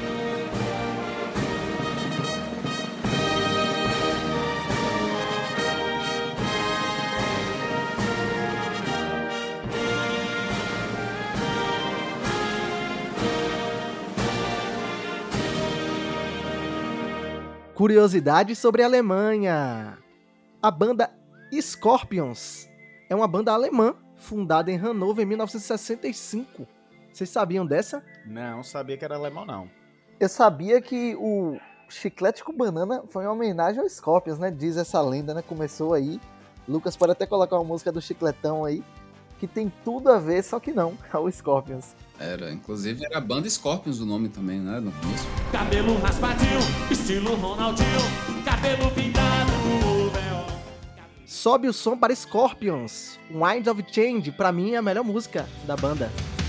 Curiosidade sobre a Alemanha. A banda Scorpions é uma banda alemã fundada em Hannover em 1965. Vocês sabiam dessa? Não sabia que era alemão, não. Eu sabia que o Chiclete com Banana foi uma homenagem ao Scorpions, né? Diz essa lenda, né? Começou aí. Lucas pode até colocar uma música do Chicletão aí, que tem tudo a ver, só que não, ao Scorpions. Inclusive era a banda Scorpions o nome também, né? No começo. Cabelo raspadinho, estilo Ronaldinho, cabelo pintado no véu. Sobe o som para Scorpions. Wind of Change, pra mim, é a melhor música da banda.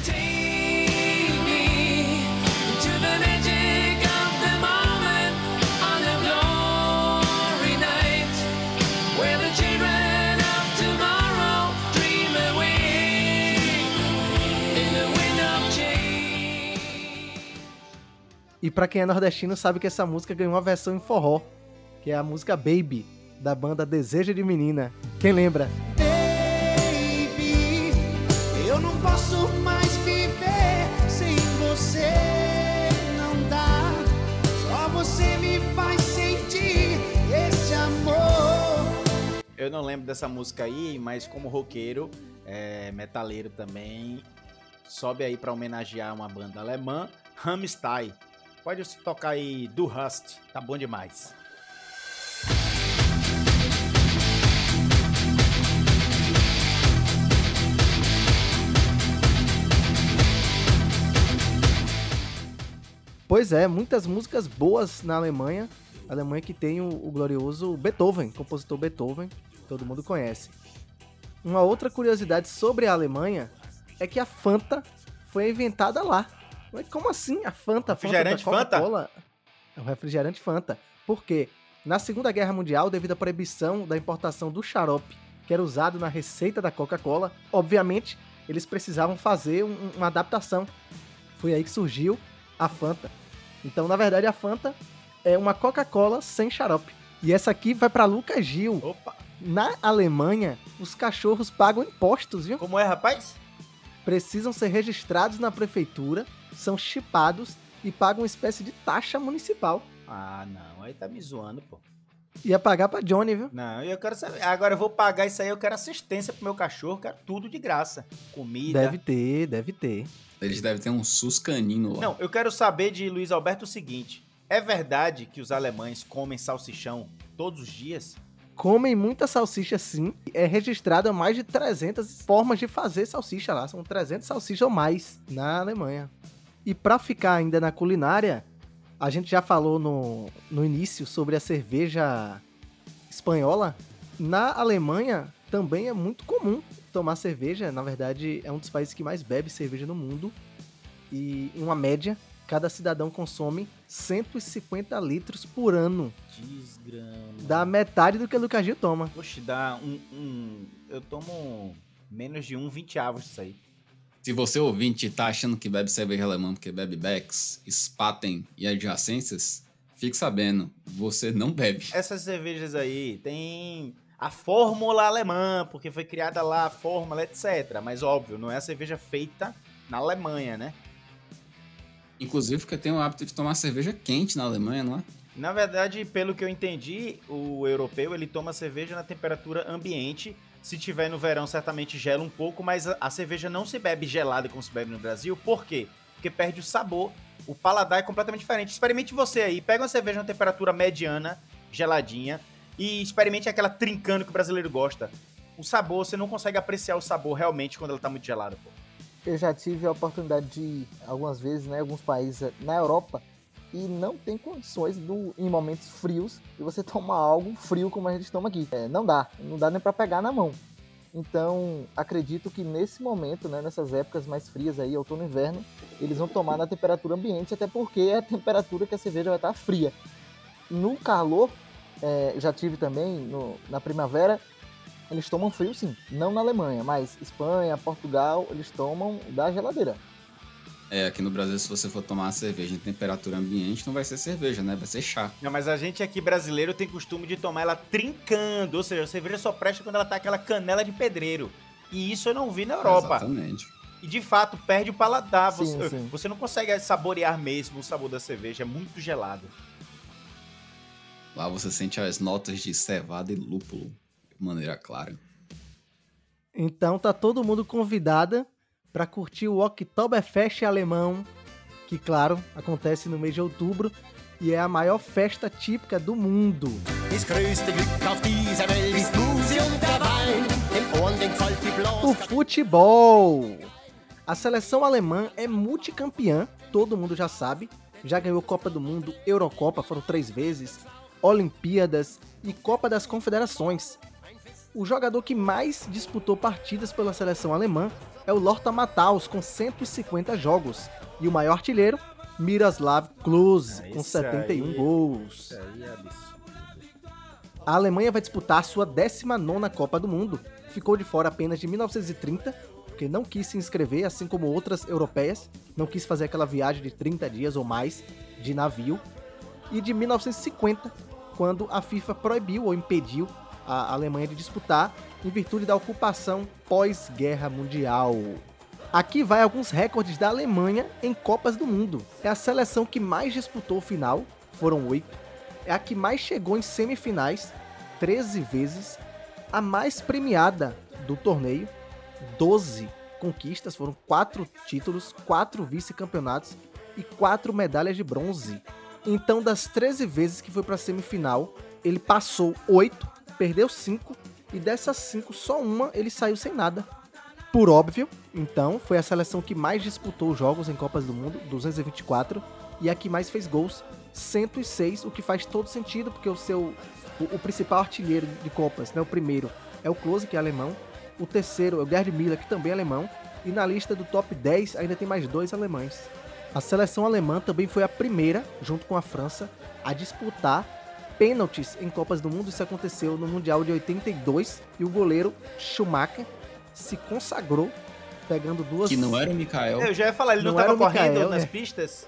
E pra quem é nordestino sabe que essa música ganhou uma versão em forró, que é a música Baby, da banda Desejo de Menina. Quem lembra? Baby, eu não posso mais viver sem você, não dá. Só você me faz sentir esse amor. Eu não lembro dessa música aí, mas como roqueiro, metaleiro também, sobe aí pra homenagear uma banda alemã, Rammstein. Pode tocar aí do Rust, tá bom demais. Pois é, muitas músicas boas na Alemanha. A Alemanha que tem o glorioso Beethoven, compositor Beethoven, todo mundo conhece. Uma outra curiosidade sobre a Alemanha é que a Fanta foi inventada lá. Mas como assim a Fanta? Refrigerante Fanta? É um refrigerante Fanta. Por quê? Na Segunda Guerra Mundial, devido à proibição da importação do xarope, que era usado na receita da Coca-Cola, obviamente, eles precisavam fazer uma adaptação. Foi aí que surgiu a Fanta. Então, na verdade, a Fanta é uma Coca-Cola sem xarope. E essa aqui vai para Lucas Gil. Opa! Na Alemanha, os cachorros pagam impostos, viu? Como é, rapaz? Precisam ser registrados na prefeitura, são chipados e pagam uma espécie de taxa municipal. Ah, não, aí tá me zoando, pô. Ia pagar pra Johnny, viu? Não, eu quero saber. Agora eu vou pagar isso aí, eu quero assistência pro meu cachorro, quero tudo de graça. Comida. Deve ter. Eles devem ter um SUS canino lá. Não, eu quero saber de Luiz Alberto o seguinte: é verdade que os alemães comem salsichão todos os dias? Comem muita salsicha, sim. É registrado mais de 300 formas de fazer salsicha lá. São 300 salsichas ou mais na Alemanha. E pra ficar ainda na culinária, a gente já falou no início sobre a cerveja espanhola. Na Alemanha também é muito comum tomar cerveja. Na verdade, é um dos países que mais bebe cerveja no mundo. E, em uma média, cada cidadão consome 150 litros por ano. Desgrama. Dá metade do que o Lucas Gil toma. Oxe, dá eu tomo menos de 20 disso aí. Se você ouvinte tá achando que bebe cerveja alemã porque bebe Becks, Spaten e adjacências, fique sabendo, você não bebe. Essas cervejas aí tem a fórmula alemã, porque foi criada lá a fórmula, etc. Mas óbvio, não é a cerveja feita na Alemanha, né? Inclusive porque tem o hábito de tomar cerveja quente na Alemanha, não é? Na verdade, pelo que eu entendi, o europeu ele toma cerveja na temperatura ambiente. Se tiver no verão, certamente gela um pouco, mas a cerveja não se bebe gelada como se bebe no Brasil. Por quê? Porque perde o sabor. O paladar é completamente diferente. Experimente você aí. Pega uma cerveja na temperatura mediana, geladinha, e experimente aquela trincando que o brasileiro gosta. O sabor, você não consegue apreciar o sabor realmente quando ela tá muito gelada, pô. Eu já tive a oportunidade de ir algumas vezes, né, alguns países na Europa, e não tem condições em momentos frios de você tomar algo frio como a gente toma aqui. Não dá nem para pegar na mão. Então, acredito que nesse momento, né, nessas épocas mais frias aí, outono e inverno, eles vão tomar na temperatura ambiente, até porque é a temperatura que a cerveja vai estar fria. No calor, já tive também na primavera, eles tomam frio sim, não na Alemanha, mas Espanha, Portugal, eles tomam da geladeira. Aqui no Brasil, se você for tomar uma cerveja em temperatura ambiente, não vai ser cerveja, né? Vai ser chá. Não, mas a gente aqui brasileiro tem costume de tomar ela trincando, ou seja, a cerveja só presta quando ela tá aquela canela de pedreiro. E isso eu não vi na Europa. Exatamente. E de fato, perde o paladar. Sim. Você não consegue saborear mesmo o sabor da cerveja, é muito gelado. Lá você sente as notas de cevada e lúpulo de maneira clara. Então tá todo mundo convidada para curtir o Oktoberfest alemão, que, claro, acontece no mês de outubro e é a maior festa típica do mundo. O futebol! A seleção alemã é multicampeã, todo mundo já sabe. Já ganhou Copa do Mundo, Eurocopa, foram 3 vezes, Olimpíadas e Copa das Confederações. O jogador que mais disputou partidas pela seleção alemã é o Lothar Matthaus, com 150 jogos. E o maior artilheiro, Miroslav Klose, com 71 gols. Isso aí é absurdo. A Alemanha vai disputar a sua 19ª Copa do Mundo. Ficou de fora apenas de 1930, porque não quis se inscrever, assim como outras europeias. Não quis fazer aquela viagem de 30 dias ou mais de navio. E de 1950, quando a FIFA proibiu ou impediu a Alemanha de disputar, em virtude da ocupação pós-guerra mundial. Aqui vai alguns recordes da Alemanha em Copas do Mundo. É a seleção que mais disputou o final, foram 8. É a que mais chegou em semifinais, 13 vezes. A mais premiada do torneio, 12 conquistas, foram 4 títulos, 4 vice-campeonatos e 4 medalhas de bronze. Então, das 13 vezes que foi para a semifinal, ele passou 8, perdeu 5, e dessas 5, só uma ele saiu sem nada. Por óbvio, então, foi a seleção que mais disputou jogos em Copas do Mundo, 224, e a que mais fez gols, 106, o que faz todo sentido, porque o principal artilheiro de Copas, né, o primeiro, é o Klose, que é alemão, o terceiro é o Gerd Müller, que também é alemão, e na lista do top 10 ainda tem mais 2 alemães. A seleção alemã também foi a primeira, junto com a França, a disputar pênaltis em Copas do Mundo. Isso aconteceu no Mundial de 82 e o goleiro Schumacher se consagrou pegando 2... Que não era o Mikael. Eu já ia falar, ele não era tava o correndo Mikael, nas né? pistas?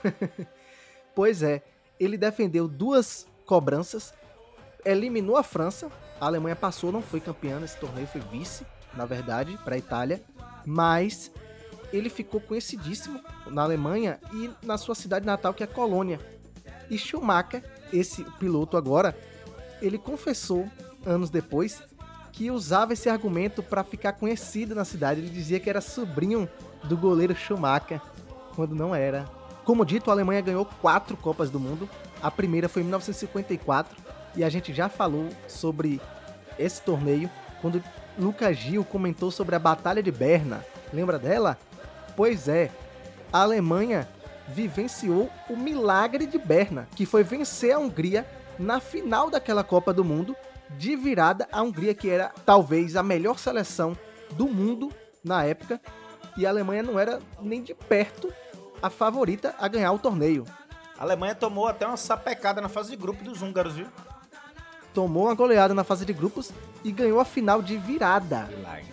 Pois é, ele defendeu 2 cobranças, eliminou a França, a Alemanha passou, não foi campeã nesse torneio, foi vice, na verdade, para a Itália, mas ele ficou conhecidíssimo na Alemanha e na sua cidade natal, que é Colônia. E Schumacher, esse piloto agora, ele confessou, anos depois, que usava esse argumento para ficar conhecido na cidade. Ele dizia que era sobrinho do goleiro Schumacher, quando não era. Como dito, a Alemanha ganhou 4 Copas do Mundo. A primeira foi em 1954, e a gente já falou sobre esse torneio, quando Lucas Gil comentou sobre a Batalha de Berna. Lembra dela? Pois é, a Alemanha vivenciou o milagre de Berna, que foi vencer a Hungria na final daquela Copa do Mundo, de virada. A Hungria, que era talvez a melhor seleção do mundo na época, e a Alemanha não era nem de perto a favorita a ganhar o torneio. A Alemanha tomou até uma sapecada na fase de grupo dos húngaros, viu? Tomou uma goleada na fase de grupos e ganhou a final de virada. Milagre.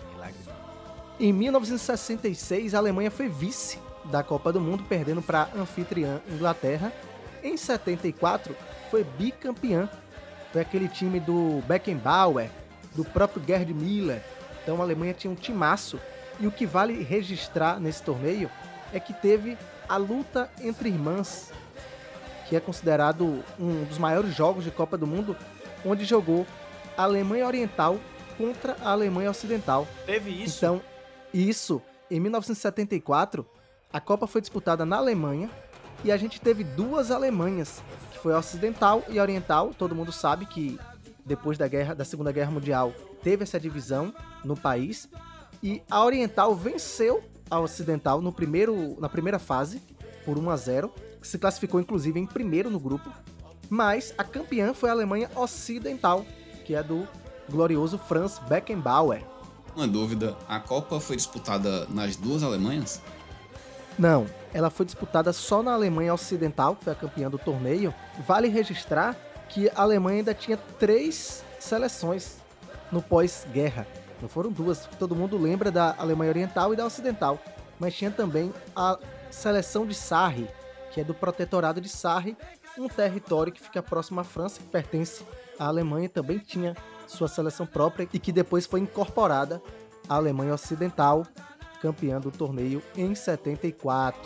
Em 1966, a Alemanha foi vice da Copa do Mundo, perdendo para a anfitriã Inglaterra. Em 74, foi bicampeã. Foi aquele time do Beckenbauer, do próprio Gerd Müller. Então a Alemanha tinha um timaço. E o que vale registrar nesse torneio é que teve a luta entre irmãs, que é considerado um dos maiores jogos de Copa do Mundo, onde jogou a Alemanha Oriental contra a Alemanha Ocidental. Teve isso? Então, isso, em 1974, a Copa foi disputada na Alemanha e a gente teve 2 Alemanhas, que foi a Ocidental e a Oriental. Todo mundo sabe que depois da Segunda Guerra Mundial teve essa divisão no país, e a Oriental venceu a Ocidental na primeira fase por 1-0, que se classificou inclusive em primeiro no grupo, mas a campeã foi a Alemanha Ocidental, que é do glorioso Franz Beckenbauer. Uma dúvida, a Copa foi disputada nas 2 Alemanhas? Não, ela foi disputada só na Alemanha Ocidental, que foi a campeã do torneio. Vale registrar que a Alemanha ainda tinha 3 seleções no pós-guerra. Não foram 2, todo mundo lembra da Alemanha Oriental e da Ocidental. Mas tinha também a seleção de Sarre, que é do protetorado de Sarre, um território que fica próximo à França, que pertence à Alemanha, também tinha sua seleção própria e que depois foi incorporada à Alemanha Ocidental, campeã do torneio em 74.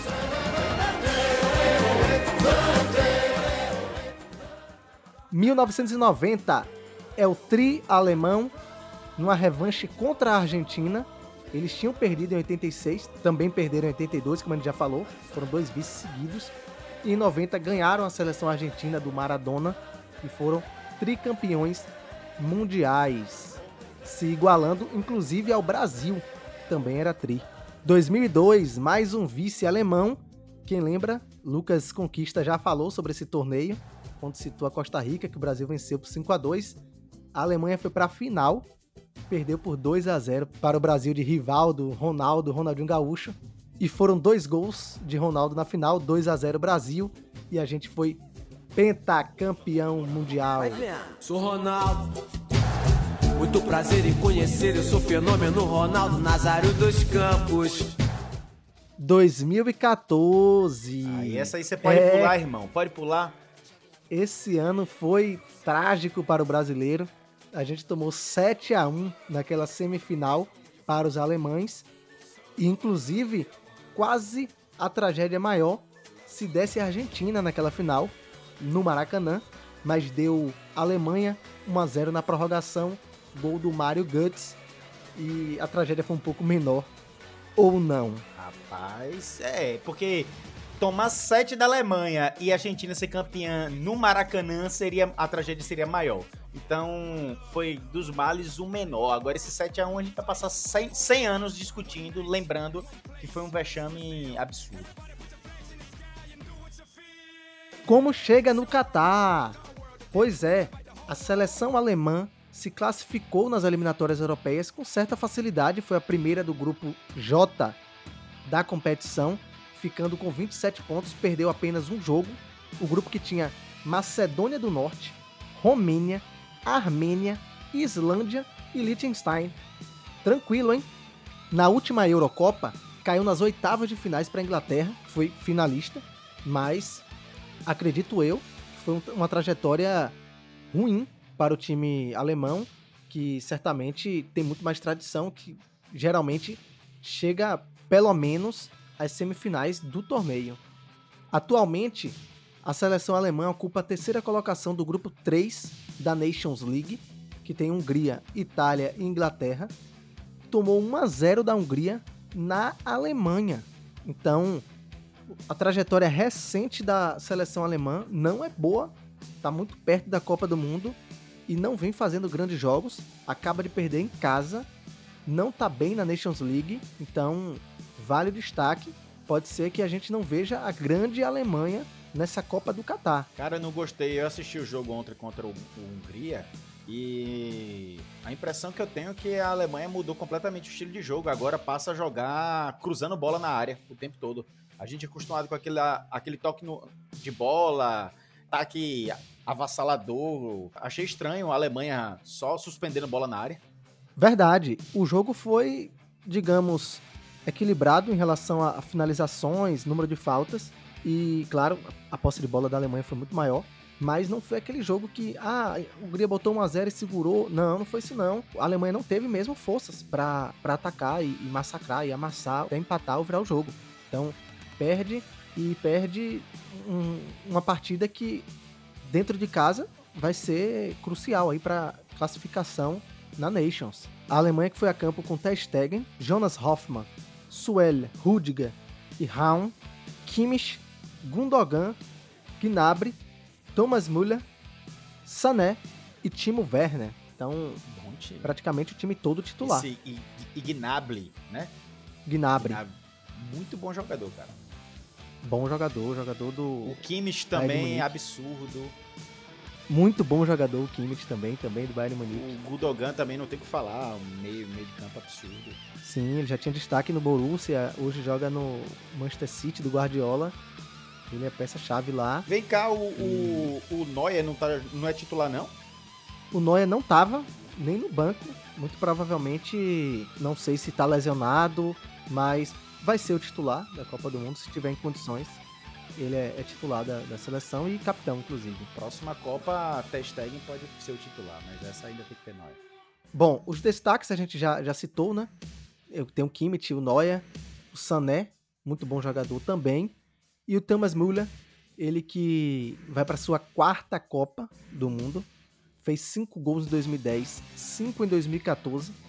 Em 1990 é o tri alemão numa revanche contra a Argentina, Eles tinham perdido em 86, também perderam em 82, como a gente já falou, foram 2 vices seguidos. E em 90 ganharam a seleção argentina do Maradona e foram tricampeões mundiais, se igualando inclusive ao Brasil, que também era tri. 2002, mais um vice alemão. Quem lembra, Lucas Conquista já falou sobre esse torneio, quando citou a Costa Rica, que o Brasil venceu por 5-2. A Alemanha foi para a final, perdeu por 2-0 para o Brasil de Rivaldo, Ronaldinho Gaúcho. E foram 2 gols de Ronaldo na final, 2-0 Brasil. E a gente foi pentacampeão mundial. Sou Ronaldo, muito prazer em conhecer, eu sou fenômeno Ronaldo Nazário dos Campos. 2014. Essa aí você pode pular, irmão, pode pular. Esse ano foi trágico para o brasileiro. A gente tomou 7-1 naquela semifinal para os alemães. E, inclusive, quase a tragédia maior se desse a Argentina naquela final, no Maracanã. Mas deu Alemanha 1-0 na prorrogação, gol do Mário Götze. E a tragédia foi um pouco menor. Ou não? Rapaz, porque tomar 7 da Alemanha e a Argentina ser campeã no Maracanã, a tragédia seria maior. Então, foi dos males o menor. Agora, esse 7-1 a gente vai passar 100 anos discutindo, lembrando que foi um vexame absurdo. Como chega no Catar? Pois é, a seleção alemã se classificou nas eliminatórias europeias com certa facilidade. Foi a primeira do grupo J da competição, ficando com 27 pontos, perdeu apenas um jogo. O grupo que tinha Macedônia do Norte, Romênia, Armênia, Islândia e Liechtenstein. Tranquilo, hein? Na última Eurocopa, caiu nas oitavas de finais para a Inglaterra, foi finalista, mas acredito eu que foi uma trajetória ruim para o time alemão, que certamente tem muito mais tradição, que geralmente chega pelo menos às semifinais do torneio. Atualmente, a seleção alemã ocupa a terceira colocação do grupo 3 da Nations League, que tem Hungria, Itália e Inglaterra. Tomou 1-0 da Hungria na Alemanha. Então, a trajetória recente da seleção alemã não é boa, está muito perto da Copa do Mundo e não vem fazendo grandes jogos, acaba de perder em casa, não está bem na Nations League, então vale o destaque. Pode ser que a gente não veja a grande Alemanha nessa Copa do Catar. Cara, eu não gostei. Eu assisti o jogo ontem contra o Hungria e a impressão que eu tenho é que a Alemanha mudou completamente o estilo de jogo. Agora passa a jogar cruzando bola na área o tempo todo. A gente é acostumado com aquele toque de bola, ataque avassalador. Achei estranho a Alemanha só suspendendo bola na área. Verdade. O jogo foi, digamos, equilibrado em relação a finalizações, número de faltas. E, claro, a posse de bola da Alemanha foi muito maior. Mas não foi aquele jogo que, a Hungria botou 1-0 e segurou. Não foi isso não. A Alemanha não teve mesmo forças para atacar e massacrar e amassar, até empatar ou virar o jogo. Então, perde uma partida que, dentro de casa, vai ser crucial aí para classificação na Nations. A Alemanha que foi a campo com Ter Stegen, Jonas Hoffmann, Suell, Rüdiger e Raum, Kimmich, Gundogan, Gnabry, Thomas Müller, Sané e Timo Werner. Então, praticamente o time todo titular. Esse Gnabry, né? Gnabry. Muito bom jogador, cara. Bom jogador do... O Kimmich também, absurdo. Muito bom jogador o Kimmich também do Bayern Munique. O Gundogan também não tem o que falar, meio de campo absurdo. Sim, ele já tinha destaque no Borussia, hoje joga no Manchester City do Guardiola. Ele é peça-chave lá. Vem cá, o Neuer não é titular, não? O Neuer não tava nem no banco. Muito provavelmente, não sei se tá lesionado, mas vai ser o titular da Copa do Mundo, se tiver em condições. Ele é titular da seleção e capitão, inclusive. Próxima Copa, Ter Stegen pode ser o titular, mas essa ainda tem que ter Neuer. Bom, os destaques a gente já citou, né? Eu tenho o Kimmich, o Neuer, o Sané, muito bom jogador também. E o Thomas Müller, ele que vai para sua 4ª Copa do Mundo, fez 5 gols em 2010, 5 em 2014,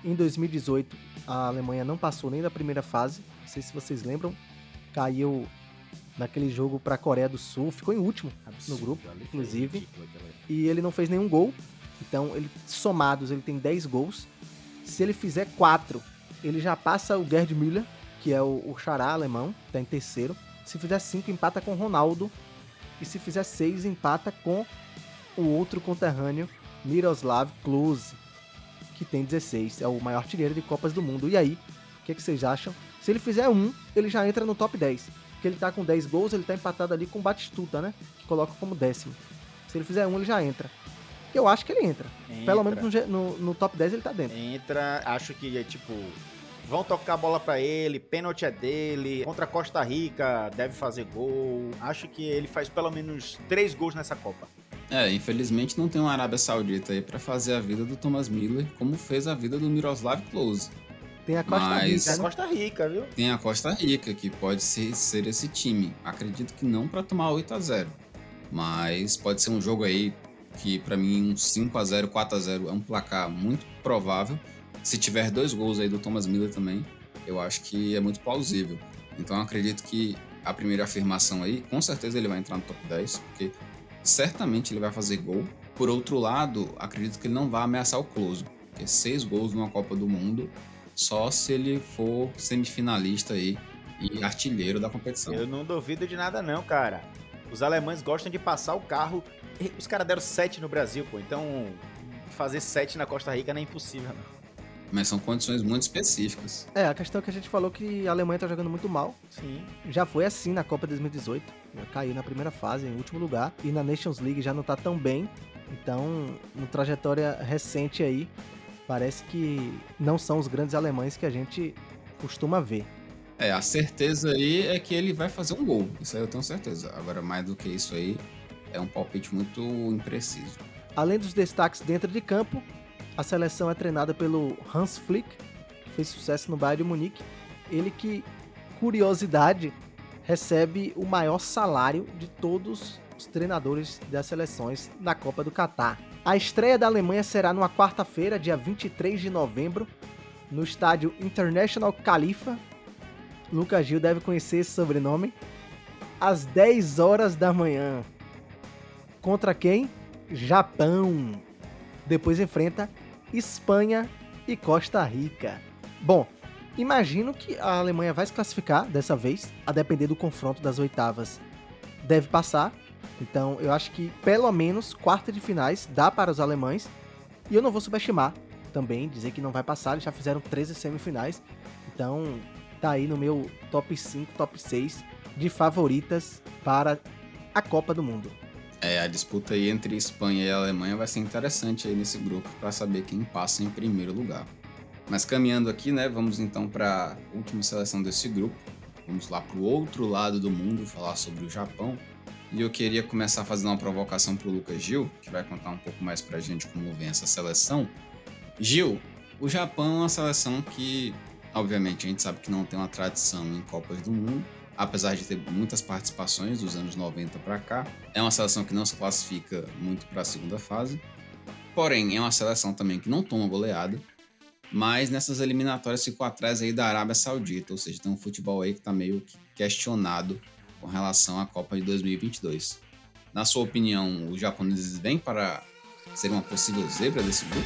Em 2018, a Alemanha não passou nem da primeira fase. Não sei se vocês lembram. Caiu naquele jogo para a Coreia do Sul. Ficou em último no grupo, inclusive. E ele não fez nenhum gol. Então, somados, ele tem 10 gols. Se ele fizer 4, ele já passa o Gerd Müller, que é o xará alemão, tá em terceiro. Se fizer 5, empata com o Ronaldo. E se fizer 6, empata com o outro conterrâneo, Miroslav Klose, que tem 16. É o maior artilheiro de Copas do Mundo. E aí, o que vocês acham? Se ele fizer 1, ele já entra no top 10. Porque ele tá com 10 gols, ele tá empatado ali com o Batistuta, né? Que coloca como 10º. Se ele fizer 1, ele já entra. Eu acho que ele entra. Pelo menos no top 10 ele tá dentro. Entra, acho que é tipo... Vão tocar a bola pra ele, pênalti é dele, contra a Costa Rica deve fazer gol. Acho que ele faz pelo menos 3 gols nessa Copa. Infelizmente não tem uma Arábia Saudita aí pra fazer a vida do Thomas Müller como fez a vida do Miroslav Klose. Tem a Costa Rica, né? Costa Rica, viu? Tem a Costa Rica, que pode ser esse time. Acredito que não pra tomar 8-0, mas pode ser um jogo aí que pra mim um 5-0, 4-0 é um placar muito provável. Se tiver 2 gols aí do Thomas Müller também, eu acho que é muito plausível. Então eu acredito que a primeira afirmação aí, com certeza ele vai entrar no top 10, porque certamente ele vai fazer gol. Por outro lado, acredito que ele não vai ameaçar o Klose, porque 6 gols numa Copa do Mundo, só se ele for semifinalista aí e artilheiro da competição. Eu não duvido de nada não, cara. Os alemães gostam de passar o carro. Os caras deram 7 no Brasil, pô. Então fazer 7 na Costa Rica não é impossível, não. Mas são condições muito específicas. A questão é que a gente falou que a Alemanha tá jogando muito mal. Sim. Já foi assim na Copa 2018. Já caiu na primeira fase, em último lugar. E na Nations League já não tá tão bem. Então, no trajetória recente aí, parece que não são os grandes alemães que a gente costuma ver. A certeza aí é que ele vai fazer um gol. Isso aí eu tenho certeza. Agora, mais do que isso aí, é um palpite muito impreciso. Além dos destaques dentro de campo, a seleção é treinada pelo Hans Flick, que fez sucesso no Bayern de Munique. Ele que, curiosidade, recebe o maior salário de todos os treinadores das seleções na Copa do Catar. A estreia da Alemanha será numa quarta-feira, dia 23 de novembro, no estádio International Khalifa. Lucas Gil deve conhecer esse sobrenome. Às 10 horas da manhã. Contra quem? Japão. Depois enfrenta Espanha e Costa Rica. Bom, imagino que a Alemanha vai se classificar dessa vez, a depender do confronto das oitavas. Deve passar, então eu acho que pelo menos quarta de finais dá para os alemães. E eu não vou subestimar também, dizer que não vai passar, eles já fizeram 13 semifinais. Então tá aí no meu top 5, top 6 de favoritas para a Copa do Mundo. A disputa aí entre Espanha e Alemanha vai ser interessante aí nesse grupo para saber quem passa em primeiro lugar. Mas caminhando aqui, né, vamos então para a última seleção desse grupo. Vamos lá para o outro lado do mundo falar sobre o Japão. E eu queria começar fazendo uma provocação para o Lucas Gil, que vai contar um pouco mais para a gente como vem essa seleção. Gil, o Japão é uma seleção que, obviamente, a gente sabe que não tem uma tradição em Copas do Mundo, apesar de ter muitas participações dos anos 90 para cá. É uma seleção que não se classifica muito para a segunda fase, porém é uma seleção também que não toma goleada, mas nessas eliminatórias ficou atrás aí da Arábia Saudita, ou seja, tem um futebol aí que está meio questionado com relação à Copa de 2022. Na sua opinião, os japoneses vêm para ser uma possível zebra desse grupo?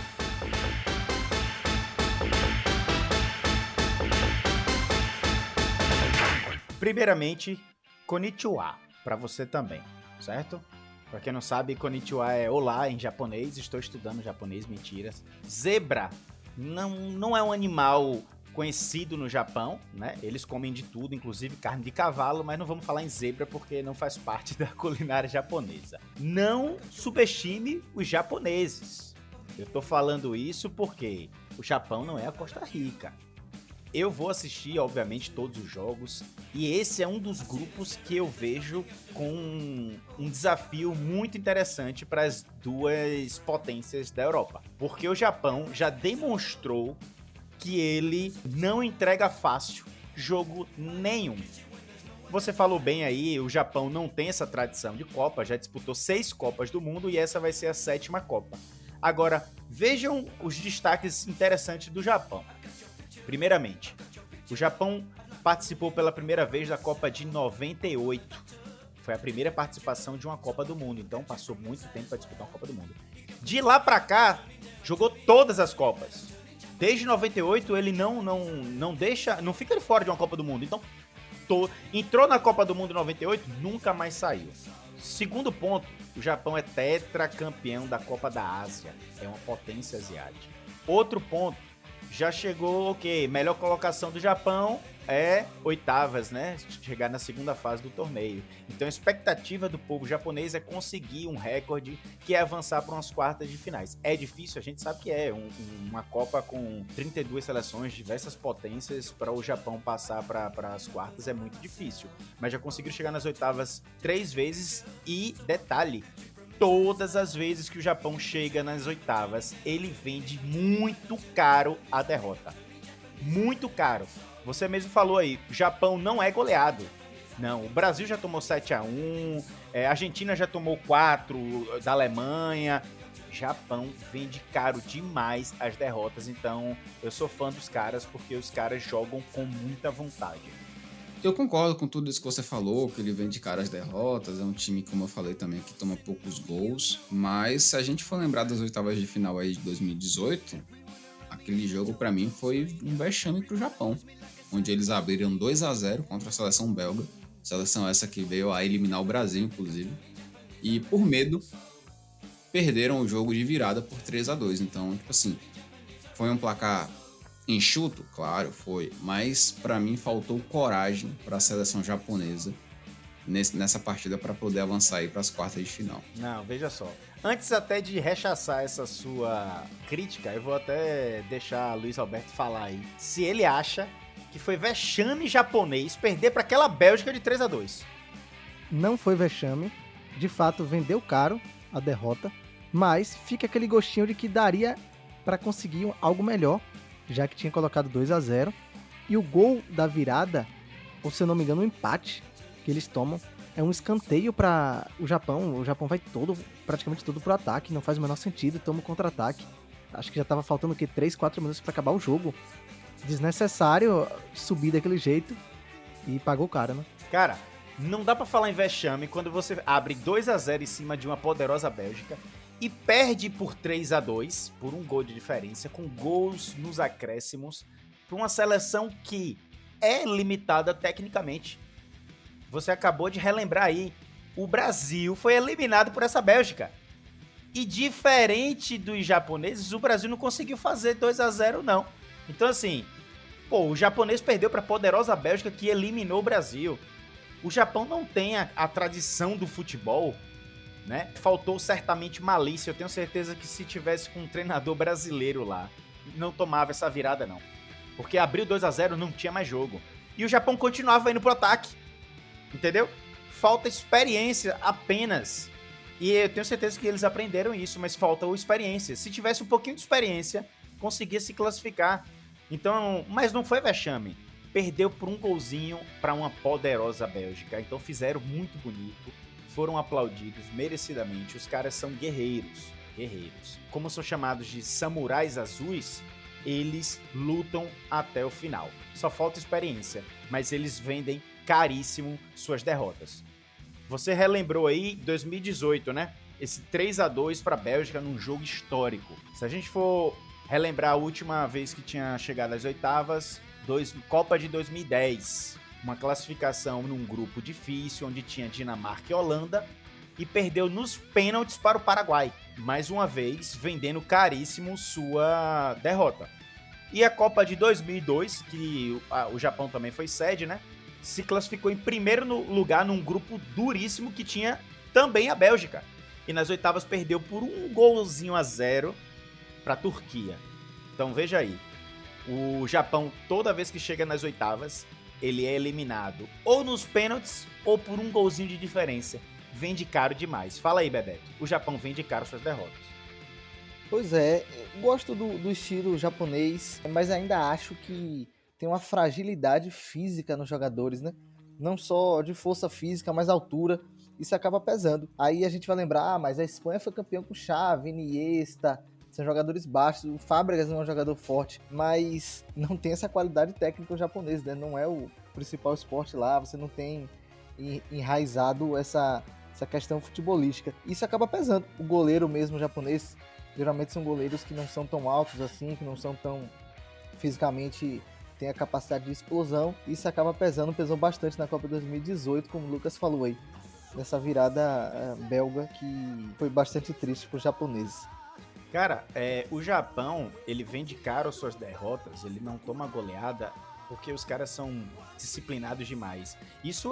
Primeiramente, konnichiwa, para você também, certo? Pra quem não sabe, konnichiwa é olá em japonês, estou estudando japonês, mentiras. Zebra não é um animal conhecido no Japão, né? Eles comem de tudo, inclusive carne de cavalo, mas não vamos falar em zebra porque não faz parte da culinária japonesa. Não subestime os japoneses. Eu tô falando isso porque o Japão não é a Costa Rica. Eu vou assistir, obviamente, todos os jogos, e esse é um dos grupos que eu vejo com um desafio muito interessante para as duas potências da Europa. Porque o Japão já demonstrou que ele não entrega fácil jogo nenhum. Você falou bem aí, o Japão não tem essa tradição de Copa, já disputou 6 Copas do Mundo e essa vai ser a 7ª Copa. Agora, vejam os destaques interessantes do Japão. Primeiramente, o Japão participou pela primeira vez da Copa de 98. Foi a primeira participação de uma Copa do Mundo, então passou muito tempo para disputar uma Copa do Mundo. De lá para cá, jogou todas as Copas. Desde 98 ele não fica de fora de uma Copa do Mundo. Então, entrou na Copa do Mundo em 98, nunca mais saiu. Segundo ponto, o Japão é tetracampeão da Copa da Ásia. É uma potência asiática. Outro ponto, já chegou, melhor colocação do Japão é oitavas, né? Chegar na segunda fase do torneio. Então a expectativa do povo japonês é conseguir um recorde que é avançar para umas quartas de finais. É difícil, a gente sabe que é. Uma Copa com 32 seleções, diversas potências, para o Japão passar para as quartas é muito difícil. Mas já conseguiram chegar nas oitavas 3 vezes e, detalhe, todas as vezes que o Japão chega nas oitavas, ele vende muito caro a derrota. Muito caro. Você mesmo falou aí, o Japão não é goleado. Não, o Brasil já tomou 7-1, a Argentina já tomou 4 da Alemanha. Japão vende caro demais as derrotas, então eu sou fã dos caras porque os caras jogam com muita vontade. Eu concordo com tudo isso que você falou, que ele vende cara as derrotas, é um time, como eu falei também, que toma poucos gols, mas se a gente for lembrar das oitavas de final aí de 2018, aquele jogo pra mim foi um vexame pro Japão, onde eles abriram 2-0 contra a seleção belga, seleção essa que veio a eliminar o Brasil, inclusive, e por medo, perderam o jogo de virada por 3-2, então, tipo assim, foi um placar enxuto, claro, foi, mas pra mim faltou coragem para a seleção japonesa nessa partida para poder avançar aí para as quartas de final. Não, veja só. Antes até de rechaçar essa sua crítica, eu vou até deixar Luiz Alberto falar aí. Se ele acha que foi vexame japonês perder para aquela Bélgica de 3-2. Não foi vexame, de fato vendeu caro a derrota, mas fica aquele gostinho de que daria para conseguir algo melhor, já que tinha colocado 2-0. E o gol da virada, ou se eu não me engano, o empate que eles tomam, é um escanteio para o Japão. O Japão vai praticamente todo pro ataque, não faz o menor sentido, toma o contra-ataque. Acho que já tava faltando 3, 4 minutos para acabar o jogo. Desnecessário subir daquele jeito e pagou caro, né? Cara, não dá pra falar em vexame quando você abre 2-0 em cima de uma poderosa Bélgica e perde por 3-2, por um gol de diferença, com gols nos acréscimos, pra uma seleção que é limitada tecnicamente. Você acabou de relembrar aí, o Brasil foi eliminado por essa Bélgica. E diferente dos japoneses, o Brasil não conseguiu fazer 2-0 não. Então assim, o japonês perdeu pra poderosa Bélgica que eliminou o Brasil. O Japão não tem a tradição do futebol, né? Faltou certamente malícia. Eu tenho certeza que se tivesse com um treinador brasileiro lá, não tomava essa virada não. Porque abriu 2-0, não tinha mais jogo. E o Japão continuava indo pro ataque. Entendeu? Falta experiência apenas. E eu tenho certeza que eles aprenderam isso, mas falta experiência. Se tivesse um pouquinho de experiência, conseguia se classificar. Então, mas não foi vexame. Perdeu por um golzinho para uma poderosa Bélgica. Então fizeram muito bonito. Foram aplaudidos merecidamente. Os caras são guerreiros. Guerreiros. Como são chamados de samurais azuis, eles lutam até o final. Só falta experiência, mas eles vendem caríssimo suas derrotas. Você relembrou aí 2018, né? Esse 3-2 para a Bélgica num jogo histórico. Se a gente for relembrar a última vez que tinha chegado às oitavas, Copa de 2010, uma classificação num grupo difícil, onde tinha Dinamarca e Holanda, e perdeu nos pênaltis para o Paraguai, mais uma vez vendendo caríssimo sua derrota. E a Copa de 2002, que o Japão também foi sede, né? Se classificou em primeiro lugar num grupo duríssimo que tinha também a Bélgica. E nas oitavas perdeu por 1-0 para a Turquia. Então veja aí, o Japão, toda vez que chega nas oitavas, ele é eliminado ou nos pênaltis ou por um golzinho de diferença. Vende caro demais. Fala aí, Bebeto. O Japão vende caro suas derrotas. Pois é, gosto do estilo japonês, mas ainda acho que tem uma fragilidade física nos jogadores, né? Não só de força física, mas altura. isso acaba pesando. Aí a gente vai lembrar, mas a Espanha foi campeão com Xavi, Iniesta, são jogadores baixos, o Fábregas não é um jogador forte, mas não tem essa qualidade técnica japonesa, né? Não é o principal esporte lá, você não tem enraizado essa questão futebolística. Isso acaba pesando. O goleiro mesmo japonês, geralmente são goleiros que não são tão altos assim, que não são tão fisicamente, tem a capacidade de explosão. Isso acaba pesou bastante na Copa 2018, como o Lucas falou aí, nessa virada belga que foi bastante triste para os japoneses. Cara, o Japão, ele vende caro as suas derrotas, ele não toma goleada porque os caras são disciplinados demais. Isso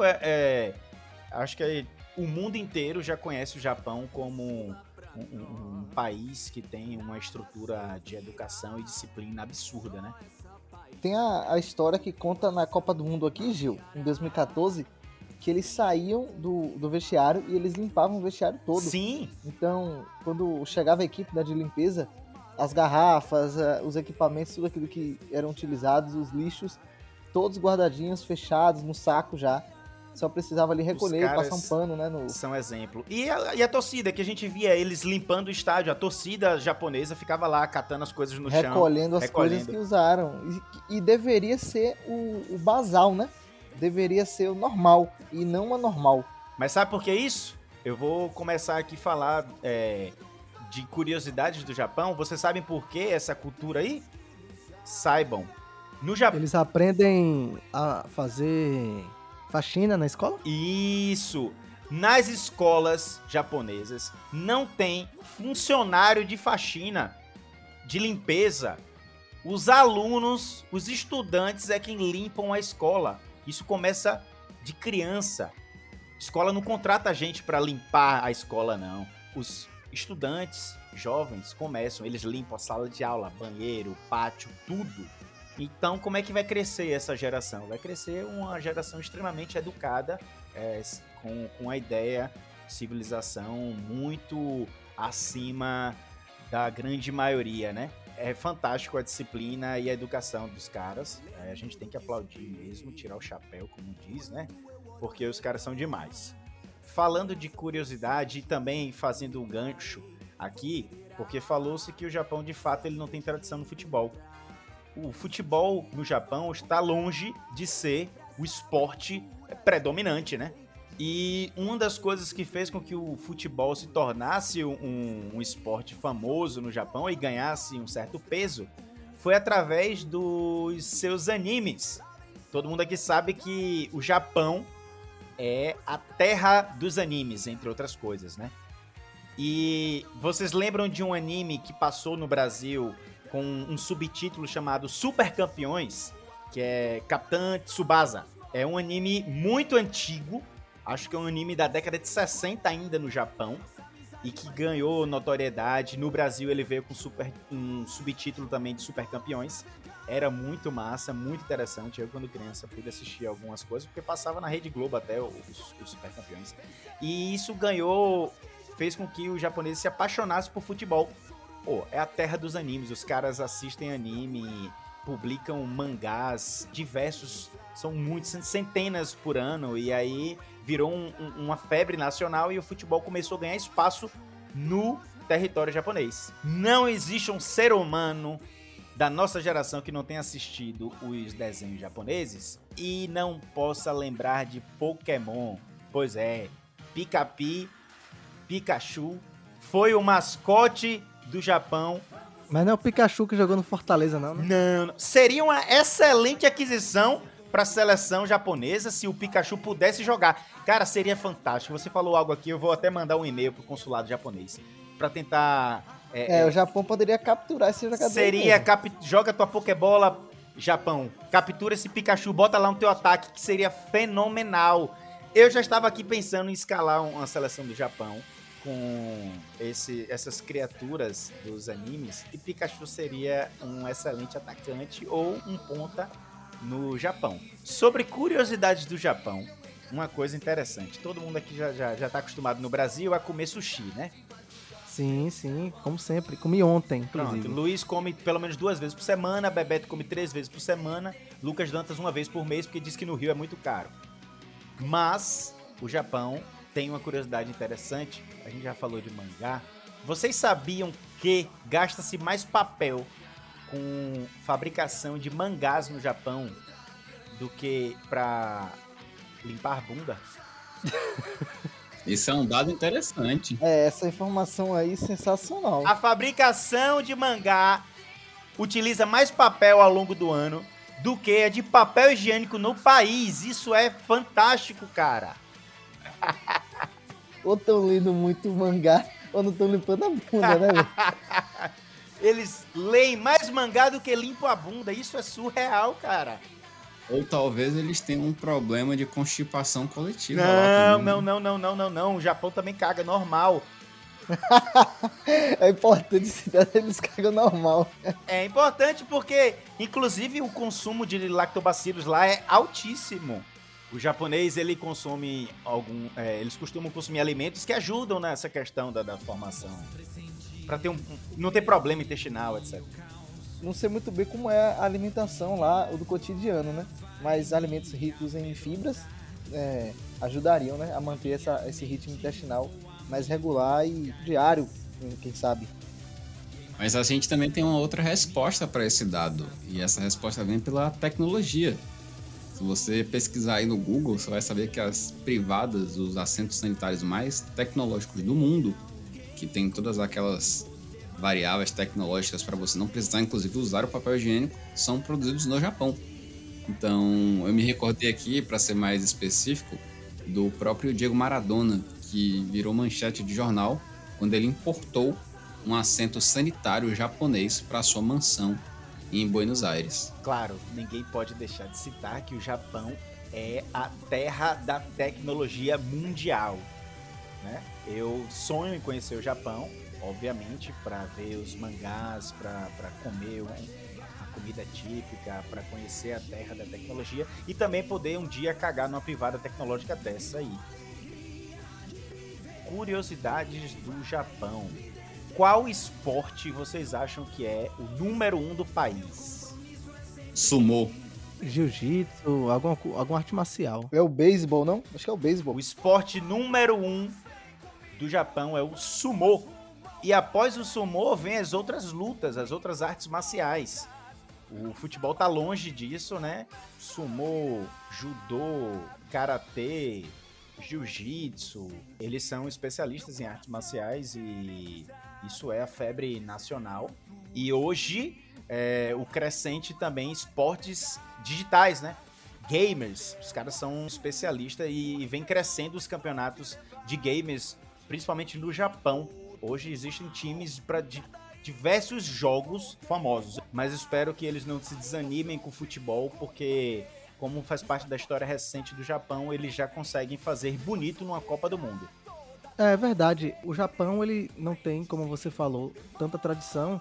acho que o mundo inteiro já conhece o Japão como um país que tem uma estrutura de educação e disciplina absurda, né? Tem a história que conta na Copa do Mundo aqui, Gil, em 2014, que eles saíam do vestiário e eles limpavam o vestiário todo. Sim! Então, quando chegava a equipe de limpeza, as garrafas, os equipamentos, tudo aquilo que eram utilizados, os lixos, todos guardadinhos, fechados, no saco já. Só precisava ali recolher e passar um pano, né? São exemplo. E a torcida, que a gente via eles limpando o estádio, a torcida japonesa ficava lá catando as coisas no chão. Recolhendo as coisas que usaram. E deveria ser o basal, né? Deveria ser o normal e não o anormal. Mas sabe por que isso? Eu vou começar aqui a falar de curiosidades do Japão. Vocês sabem por que essa cultura aí? Saibam. No Japão... Eles aprendem a fazer faxina na escola? Isso! Nas escolas japonesas não tem funcionário de faxina, de limpeza. Os alunos, os estudantes é quem limpam a escola. Isso começa de criança. A escola não contrata gente para limpar a escola, não. Os estudantes jovens começam, eles limpam a sala de aula, banheiro, pátio, tudo. Então, como é que vai crescer essa geração? Vai crescer uma geração extremamente educada, com a ideia de civilização muito acima da grande maioria, né? É fantástico a disciplina e a educação dos caras. A gente tem que aplaudir mesmo, tirar o chapéu, como diz, né? Porque os caras são demais. Falando de curiosidade e também fazendo um gancho aqui, porque falou-se que o Japão, de fato, ele não tem tradição no futebol. O futebol no Japão está longe de ser o esporte predominante, né? E uma das coisas que fez com que o futebol se tornasse um esporte famoso no Japão e ganhasse um certo peso foi através dos seus animes. Todo mundo aqui sabe que o Japão é a terra dos animes, entre outras coisas, né? E vocês lembram de um anime que passou no Brasil com um subtítulo chamado Super Campeões, que é Capitã Tsubasa? É um anime muito antigo, acho que é um anime da década de 60 ainda no Japão, e que ganhou notoriedade. No Brasil ele veio com um subtítulo também de Super Campeões. Era muito massa, muito interessante. Eu, quando criança, pude assistir algumas coisas, porque passava na Rede Globo até os Super Campeões. E isso fez com que os japoneses se apaixonassem por futebol. Pô, é a terra dos animes. Os caras assistem anime, publicam mangás diversos, são muitos, centenas por ano, e aí virou uma febre nacional e o futebol começou a ganhar espaço no território japonês. Não existe um ser humano da nossa geração que não tenha assistido os desenhos japoneses e não possa lembrar de Pokémon. Pois é, Pikachu foi o mascote do Japão. Mas não é o Pikachu que jogou no Fortaleza, não, né? Não. Seria uma excelente aquisição para a seleção japonesa se o Pikachu pudesse jogar. Cara, seria fantástico. Você falou algo aqui, eu vou até mandar um e-mail pro consulado japonês para tentar... o Japão poderia capturar esse jogador. Seria, joga tua Pokébola, Japão. Captura esse Pikachu, bota lá no teu ataque, que seria fenomenal. Eu já estava aqui pensando em escalar uma seleção do Japão com essas criaturas dos animes, e Pikachu seria um excelente atacante ou um ponta no Japão. Sobre curiosidades do Japão, uma coisa interessante, todo mundo aqui já tá acostumado no Brasil a comer sushi, né? Sim, como sempre, comi ontem, inclusive. Pronto, Luiz come pelo menos 2 vezes por semana, Bebeto come 3 vezes por semana, Lucas Dantas 1 vez por mês, porque diz que no Rio é muito caro. Mas o Japão tem uma curiosidade interessante, a gente já falou de mangá. Vocês sabiam que gasta-se mais papel com fabricação de mangás no Japão do que pra limpar bunda? Isso é um dado interessante. Essa informação aí sensacional. A fabricação de mangá utiliza mais papel ao longo do ano do que a de papel higiênico no país. Isso é fantástico, cara. Ou tão lendo muito mangá, ou não tão limpando a bunda, né, velho? Eles leem mais mangá do que limpam a bunda. Isso é surreal, cara. Ou talvez eles tenham um problema de constipação coletiva. Não. O Japão também caga normal. É importante citar eles cagam normal. É importante porque, inclusive, o consumo de lactobacilos lá é altíssimo. O japonês, ele consome eles costumam consumir alimentos que ajudam nessa questão da formação. Pra não ter problema intestinal, etc. Não sei muito bem como é a alimentação lá, o do cotidiano, né? Mas alimentos ricos em fibras ajudariam, né, a manter esse ritmo intestinal mais regular e diário, quem sabe. Mas a gente também tem uma outra resposta para esse dado. E essa resposta vem pela tecnologia. Se você pesquisar aí no Google, você vai saber que as privadas, os assentos sanitários mais tecnológicos do mundo, que tem todas aquelas variáveis tecnológicas para você não precisar, inclusive, usar o papel higiênico, são produzidos no Japão. Então, eu me recordei aqui, para ser mais específico, do próprio Diego Maradona, que virou manchete de jornal quando ele importou um assento sanitário japonês para sua mansão em Buenos Aires. Claro, ninguém pode deixar de citar que o Japão é a terra da tecnologia mundial, né? Eu sonho em conhecer o Japão, obviamente, para ver os mangás, para comer a comida típica, para conhecer a terra da tecnologia e também poder um dia cagar numa privada tecnológica dessa aí. Curiosidades do Japão. Qual esporte vocês acham que é o número 1 do país? Sumô. Jiu-jitsu, alguma arte marcial. É o beisebol, não? Acho que é o beisebol. O esporte número 1 do Japão é o sumô. E após o sumô vem as outras lutas, as outras artes marciais. O futebol tá longe disso, né? Sumô, judô, karatê, jiu-jitsu. Eles são especialistas em artes marciais e isso é a febre nacional. E hoje, o crescente também esportes digitais, né? Gamers. Os caras são especialistas e vem crescendo os campeonatos de gamers, principalmente no Japão. Hoje existem times para diversos jogos famosos, mas espero que eles não se desanimem com o futebol, porque como faz parte da história recente do Japão, eles já conseguem fazer bonito numa Copa do Mundo. É verdade, o Japão ele não tem, como você falou, tanta tradição,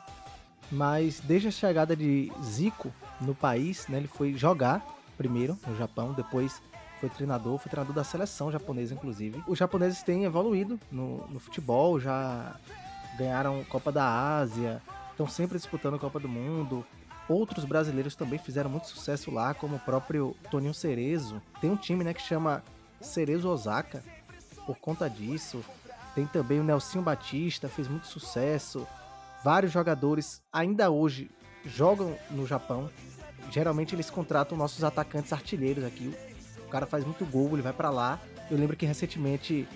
mas desde a chegada de Zico no país, né, ele foi jogar primeiro no Japão, depois foi treinador da seleção japonesa, inclusive. Os japoneses têm evoluído no futebol, já ganharam Copa da Ásia, estão sempre disputando a Copa do Mundo. Outros brasileiros também fizeram muito sucesso lá, como o próprio Toninho Cerezo. Tem um time, né, que chama Cerezo Osaka, por conta disso. Tem também o Nelsinho Batista, fez muito sucesso. Vários jogadores ainda hoje jogam no Japão. Geralmente eles contratam nossos atacantes artilheiros aqui. O cara faz muito gol, ele vai pra lá. Eu lembro que recentemente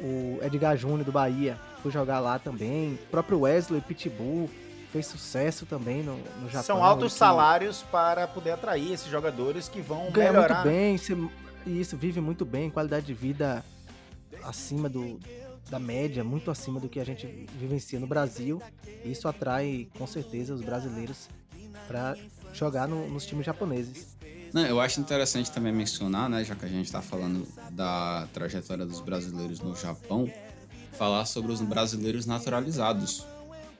o Edgar Júnior do Bahia foi jogar lá também. O próprio Wesley Pitbull fez sucesso também no Japão. São altos salários para poder atrair esses jogadores que vão ganha melhorar. Muito bem, isso, vive muito bem, qualidade de vida acima da média, muito acima do que a gente vivencia no Brasil. Isso atrai com certeza os brasileiros para jogar nos times japoneses. Não, eu acho interessante também mencionar, né, já que a gente está falando da trajetória dos brasileiros no Japão, falar sobre os brasileiros naturalizados.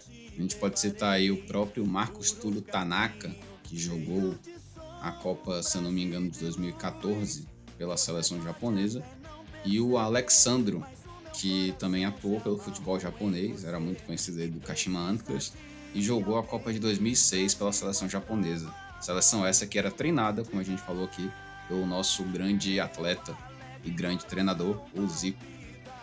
A gente pode citar aí o próprio Marcos Túlio Tanaka, que jogou a Copa, se eu não me engano, de 2014 pela seleção japonesa, e o Alexandro, que também atuou pelo futebol japonês, era muito conhecido aí do Kashima Antlers, e jogou a Copa de 2006 pela seleção japonesa. Seleção essa que era treinada, como a gente falou aqui, pelo nosso grande atleta e grande treinador, o Zico.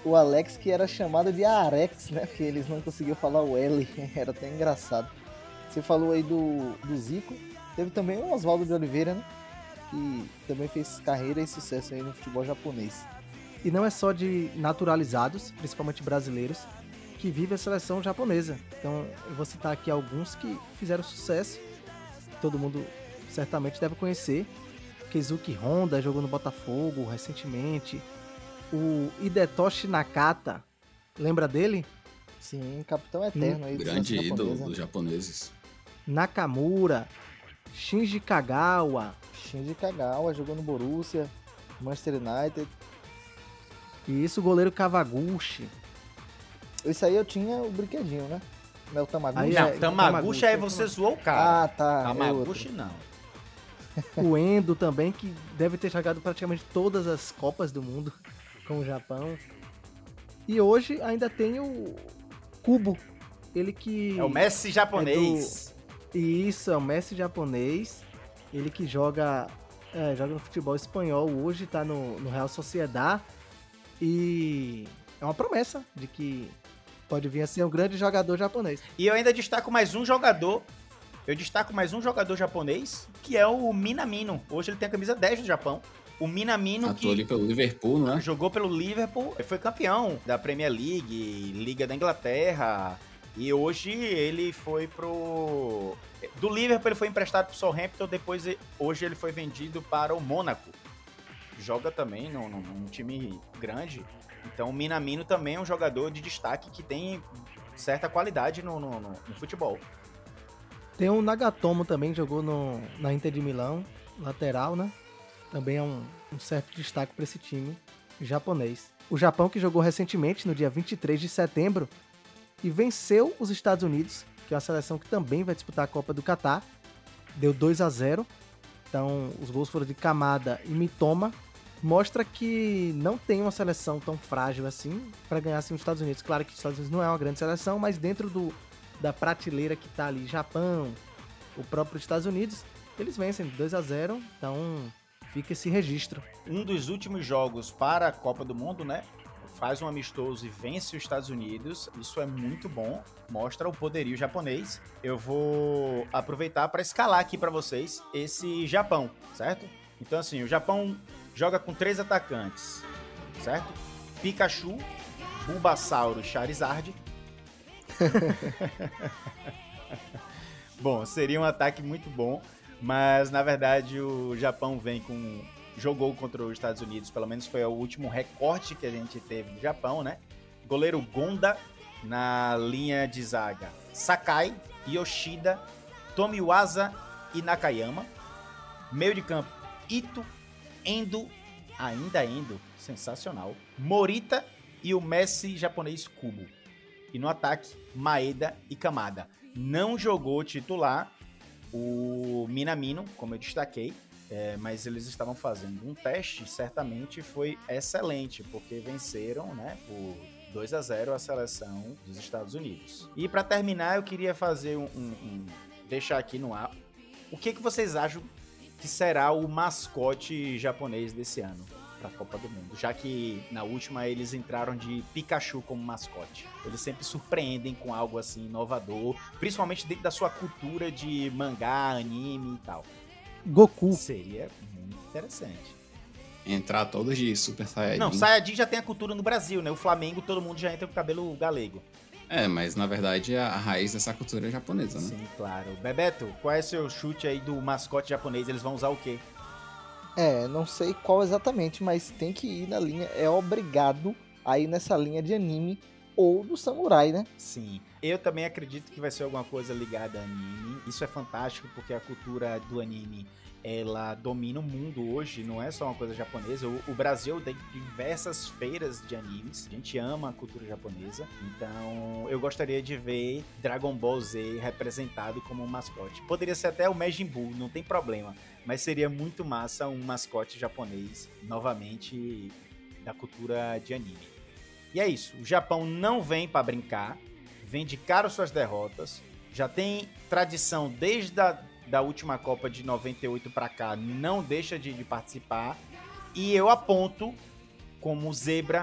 o Alex, que era chamado de Arex, né? Porque eles não conseguiam falar o L, era até engraçado. Você falou aí do Zico, teve também o Oswaldo de Oliveira, né? Que também fez carreira e sucesso aí no futebol japonês. E não é só de naturalizados, principalmente brasileiros, que vive a seleção japonesa. Então, eu vou citar aqui alguns que fizeram sucesso, todo mundo certamente deve conhecer. Keizuki Honda jogou no Botafogo recentemente. O Hidetoshi Nakata, lembra dele? Sim, capitão eterno aí. Grande ídolo dos japoneses. Nakamura, Shinji Kagawa. Shinji Kagawa jogou no Borussia, Manchester United. E isso, o goleiro Kawaguchi. Isso aí eu tinha o brinquedinho, né? Não é o Tamaguchi? Aí Não, é- Tamaguchi aí você zoou o cara. Ah, tá. Tamaguchi não. O Endo também, que deve ter jogado praticamente todas as Copas do Mundo com o Japão. E hoje ainda tem o Kubo. Ele que... É o Messi japonês. Isso, é o Messi japonês. Ele que joga no futebol espanhol hoje, tá no Real Sociedad. E é uma promessa de que pode vir a ser um grande jogador japonês. E eu ainda destaco mais um jogador. Japonês, que é o Minamino. Hoje ele tem a camisa 10 do Japão. O Minamino Atuou ali pelo Liverpool, né? jogou pelo Liverpool, foi campeão da Premier League, Liga da Inglaterra. E hoje ele foi pro... Do Liverpool ele foi emprestado pro Southampton, hoje ele foi vendido para o Mônaco. Joga também num time grande. Então o Minamino também é um jogador de destaque que tem certa qualidade no futebol. Tem o Nagatomo também, jogou na Inter de Milão, lateral, né? Também é um certo destaque para esse time japonês. O Japão que jogou recentemente, no dia 23 de setembro, e venceu os Estados Unidos, que é uma seleção que também vai disputar a Copa do Catar. Deu 2-0. Então, os gols foram de Kamada e Mitoma. Mostra que não tem uma seleção tão frágil assim para ganhar assim os Estados Unidos. Claro que os Estados Unidos não é uma grande seleção, mas dentro da prateleira que tá ali, Japão, o próprio Estados Unidos, eles vencem 2-0. Então, fica esse registro. Um dos últimos jogos para a Copa do Mundo, né? Faz um amistoso e vence os Estados Unidos. Isso é muito bom, mostra o poderio japonês. Eu vou aproveitar para escalar aqui para vocês esse Japão, certo? Então assim, o Japão joga com 3 atacantes, certo? Pikachu, Bulbasauro e Charizard. Bom, seria um ataque muito bom, mas na verdade o Japão jogou contra os Estados Unidos, pelo menos foi o último recorte que a gente teve do Japão, né? Goleiro Gonda, na linha de zaga Sakai, Yoshida, Tomiwaza e Nakayama. Meio de campo Ito, Endo, sensacional, Morita e o Messi japonês Kubo. E no ataque, Maeda e Kamada. Não jogou titular o Minamino, como eu destaquei, mas eles estavam fazendo um teste, certamente foi excelente, porque venceram, né, por 2-0 a seleção dos Estados Unidos. E para terminar, eu queria fazer deixar aqui no ar, o que vocês acham que será o mascote japonês desse ano para a Copa do Mundo, já que na última eles entraram de Pikachu como mascote. Eles sempre surpreendem com algo assim inovador, principalmente dentro da sua cultura de mangá, anime e tal. Goku. Seria muito interessante. Entrar todos de Super Saiyajin. Não, Saiyajin já tem a cultura no Brasil, né? O Flamengo, todo mundo já entra com o cabelo galego. Mas na verdade a raiz dessa cultura é japonesa, né? Sim, claro. Bebeto, qual é o seu chute aí do mascote japonês? Eles vão usar o quê? Não sei qual exatamente, mas tem que ir na linha, é obrigado a ir nessa linha de anime ou do samurai, né? Sim, eu também acredito que vai ser alguma coisa ligada a anime. Isso é fantástico porque a cultura do anime, ela domina o mundo hoje, não é só uma coisa japonesa. O Brasil tem diversas feiras de animes, a gente ama a cultura japonesa, então eu gostaria de ver Dragon Ball Z representado como um mascote. Poderia ser até o Majin Buu, não tem problema, mas seria muito massa um mascote japonês, novamente, da cultura de anime. E é isso, o Japão não vem para brincar, vem de cara suas derrotas, já tem tradição desde da última Copa de 98 para cá, não deixa de participar, e eu aponto como zebra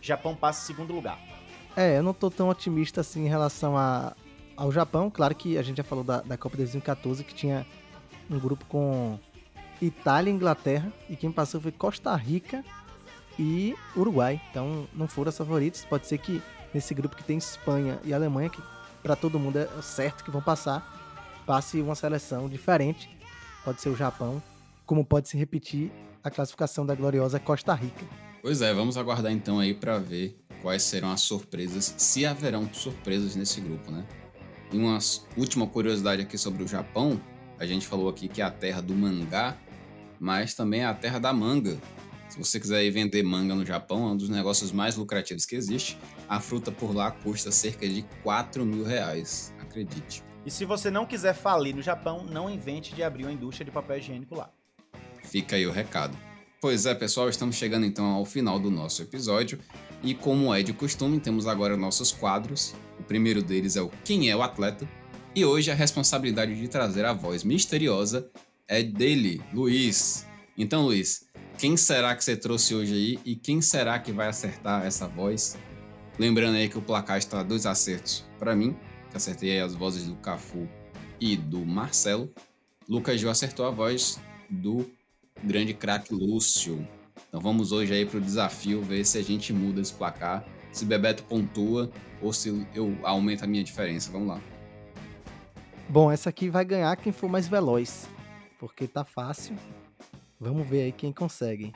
Japão passa em segundo lugar. Eu não tô tão otimista assim em relação ao Japão. Claro que a gente já falou da Copa de 2014, que tinha um grupo com Itália e Inglaterra, e quem passou foi Costa Rica e Uruguai. Então não foram os favoritos. Pode ser que nesse grupo que tem Espanha e Alemanha, que para todo mundo é certo que vão passar, passe uma seleção diferente. Pode ser o Japão, como pode se repetir a classificação da gloriosa Costa Rica. Pois é, vamos aguardar então aí para ver quais serão as surpresas, se haverão surpresas nesse grupo, né? E uma última curiosidade aqui sobre o Japão, a gente falou aqui que é a terra do mangá, mas também é a terra da manga. Se você quiser ir vender manga no Japão, é um dos negócios mais lucrativos que existe. A fruta por lá custa cerca de R$4.000, acredite. E se você não quiser falir no Japão, não invente de abrir uma indústria de papel higiênico lá. Fica aí o recado. Pois é, pessoal, estamos chegando então ao final do nosso episódio. E como é de costume, temos agora nossos quadros. O primeiro deles é o Quem é o Atleta? E hoje a responsabilidade de trazer a voz misteriosa é dele, Luiz. Então, Luiz, quem será que você trouxe hoje aí e quem será que vai acertar essa voz? Lembrando aí que o placar está 2 acertos para mim, que acertei as vozes do Cafu e do Marcelo. Lucas Gil acertou a voz do grande craque Lúcio. Então vamos hoje aí pro desafio, ver se a gente muda esse placar, se Bebeto pontua ou se eu aumento a minha diferença. Vamos lá. Bom, essa aqui vai ganhar quem for mais veloz, porque tá fácil. Vamos ver aí quem consegue.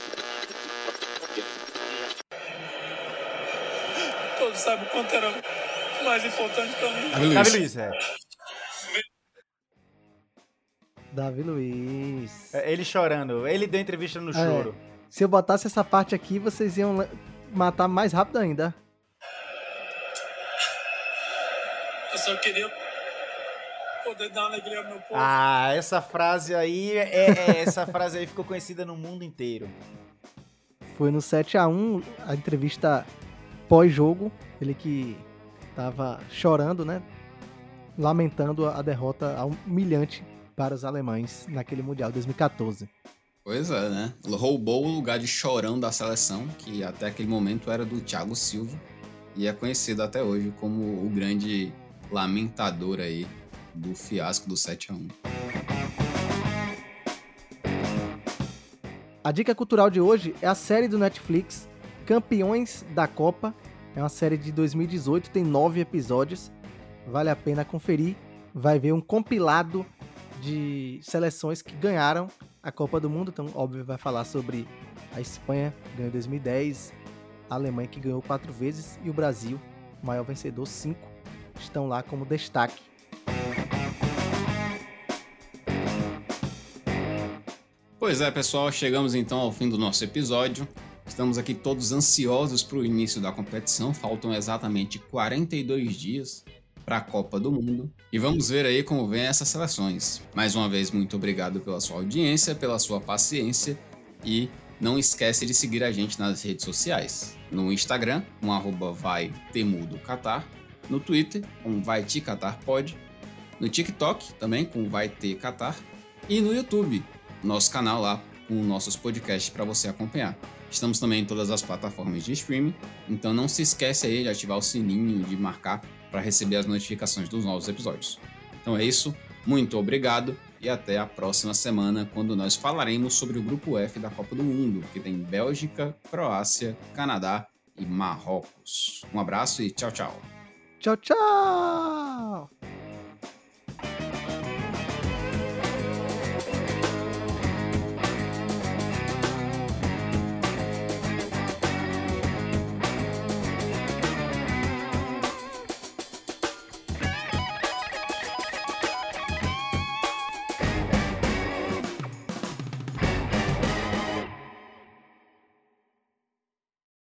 Todos sabem o quanto era mais importante pra mim. Davi Luiz, Davi Luiz. Ele chorando. Ele deu entrevista no choro. Se eu botasse essa parte aqui, vocês iam matar mais rápido ainda. Eu só queria poder dar alegria ao meu povo. Ah, essa frase aí essa frase aí ficou conhecida no mundo inteiro. Foi no 7-1, a entrevista pós-jogo, ele que tava chorando, né? Lamentando a derrota humilhante para os alemães naquele Mundial 2014. Pois é, né? Roubou o lugar de chorão da seleção, que até aquele momento era do Thiago Silva, e é conhecido até hoje como o grande lamentador aí do fiasco do 7-1. A dica cultural de hoje é a série do Netflix, Campeões da Copa. É uma série de 2018, tem 9 episódios. Vale a pena conferir. Vai ver um compilado de seleções que ganharam a Copa do Mundo. Então, óbvio, vai falar sobre a Espanha, que ganhou em 2010, a Alemanha, que ganhou 4 vezes, e o Brasil, o maior vencedor, 5, estão lá como destaque. Pois é, pessoal, chegamos então ao fim do nosso episódio. Estamos aqui todos ansiosos para o início da competição. Faltam exatamente 42 dias para a Copa do Mundo. E vamos ver aí como vem essas seleções. Mais uma vez, muito obrigado pela sua audiência, pela sua paciência. E não esquece de seguir a gente nas redes sociais. No Instagram, com @vaitemudocatar. No Twitter, com vaitecatarpod. No TikTok, também com vaitecatar. E no YouTube, nosso canal lá, com nossos podcasts para você acompanhar. Estamos também em todas as plataformas de streaming, então não se esquece aí de ativar o sininho, de marcar para receber as notificações dos novos episódios. Então é isso, muito obrigado e até a próxima semana, quando nós falaremos sobre o Grupo F da Copa do Mundo, que tem Bélgica, Croácia, Canadá e Marrocos. Um abraço e tchau, tchau. Tchau, tchau!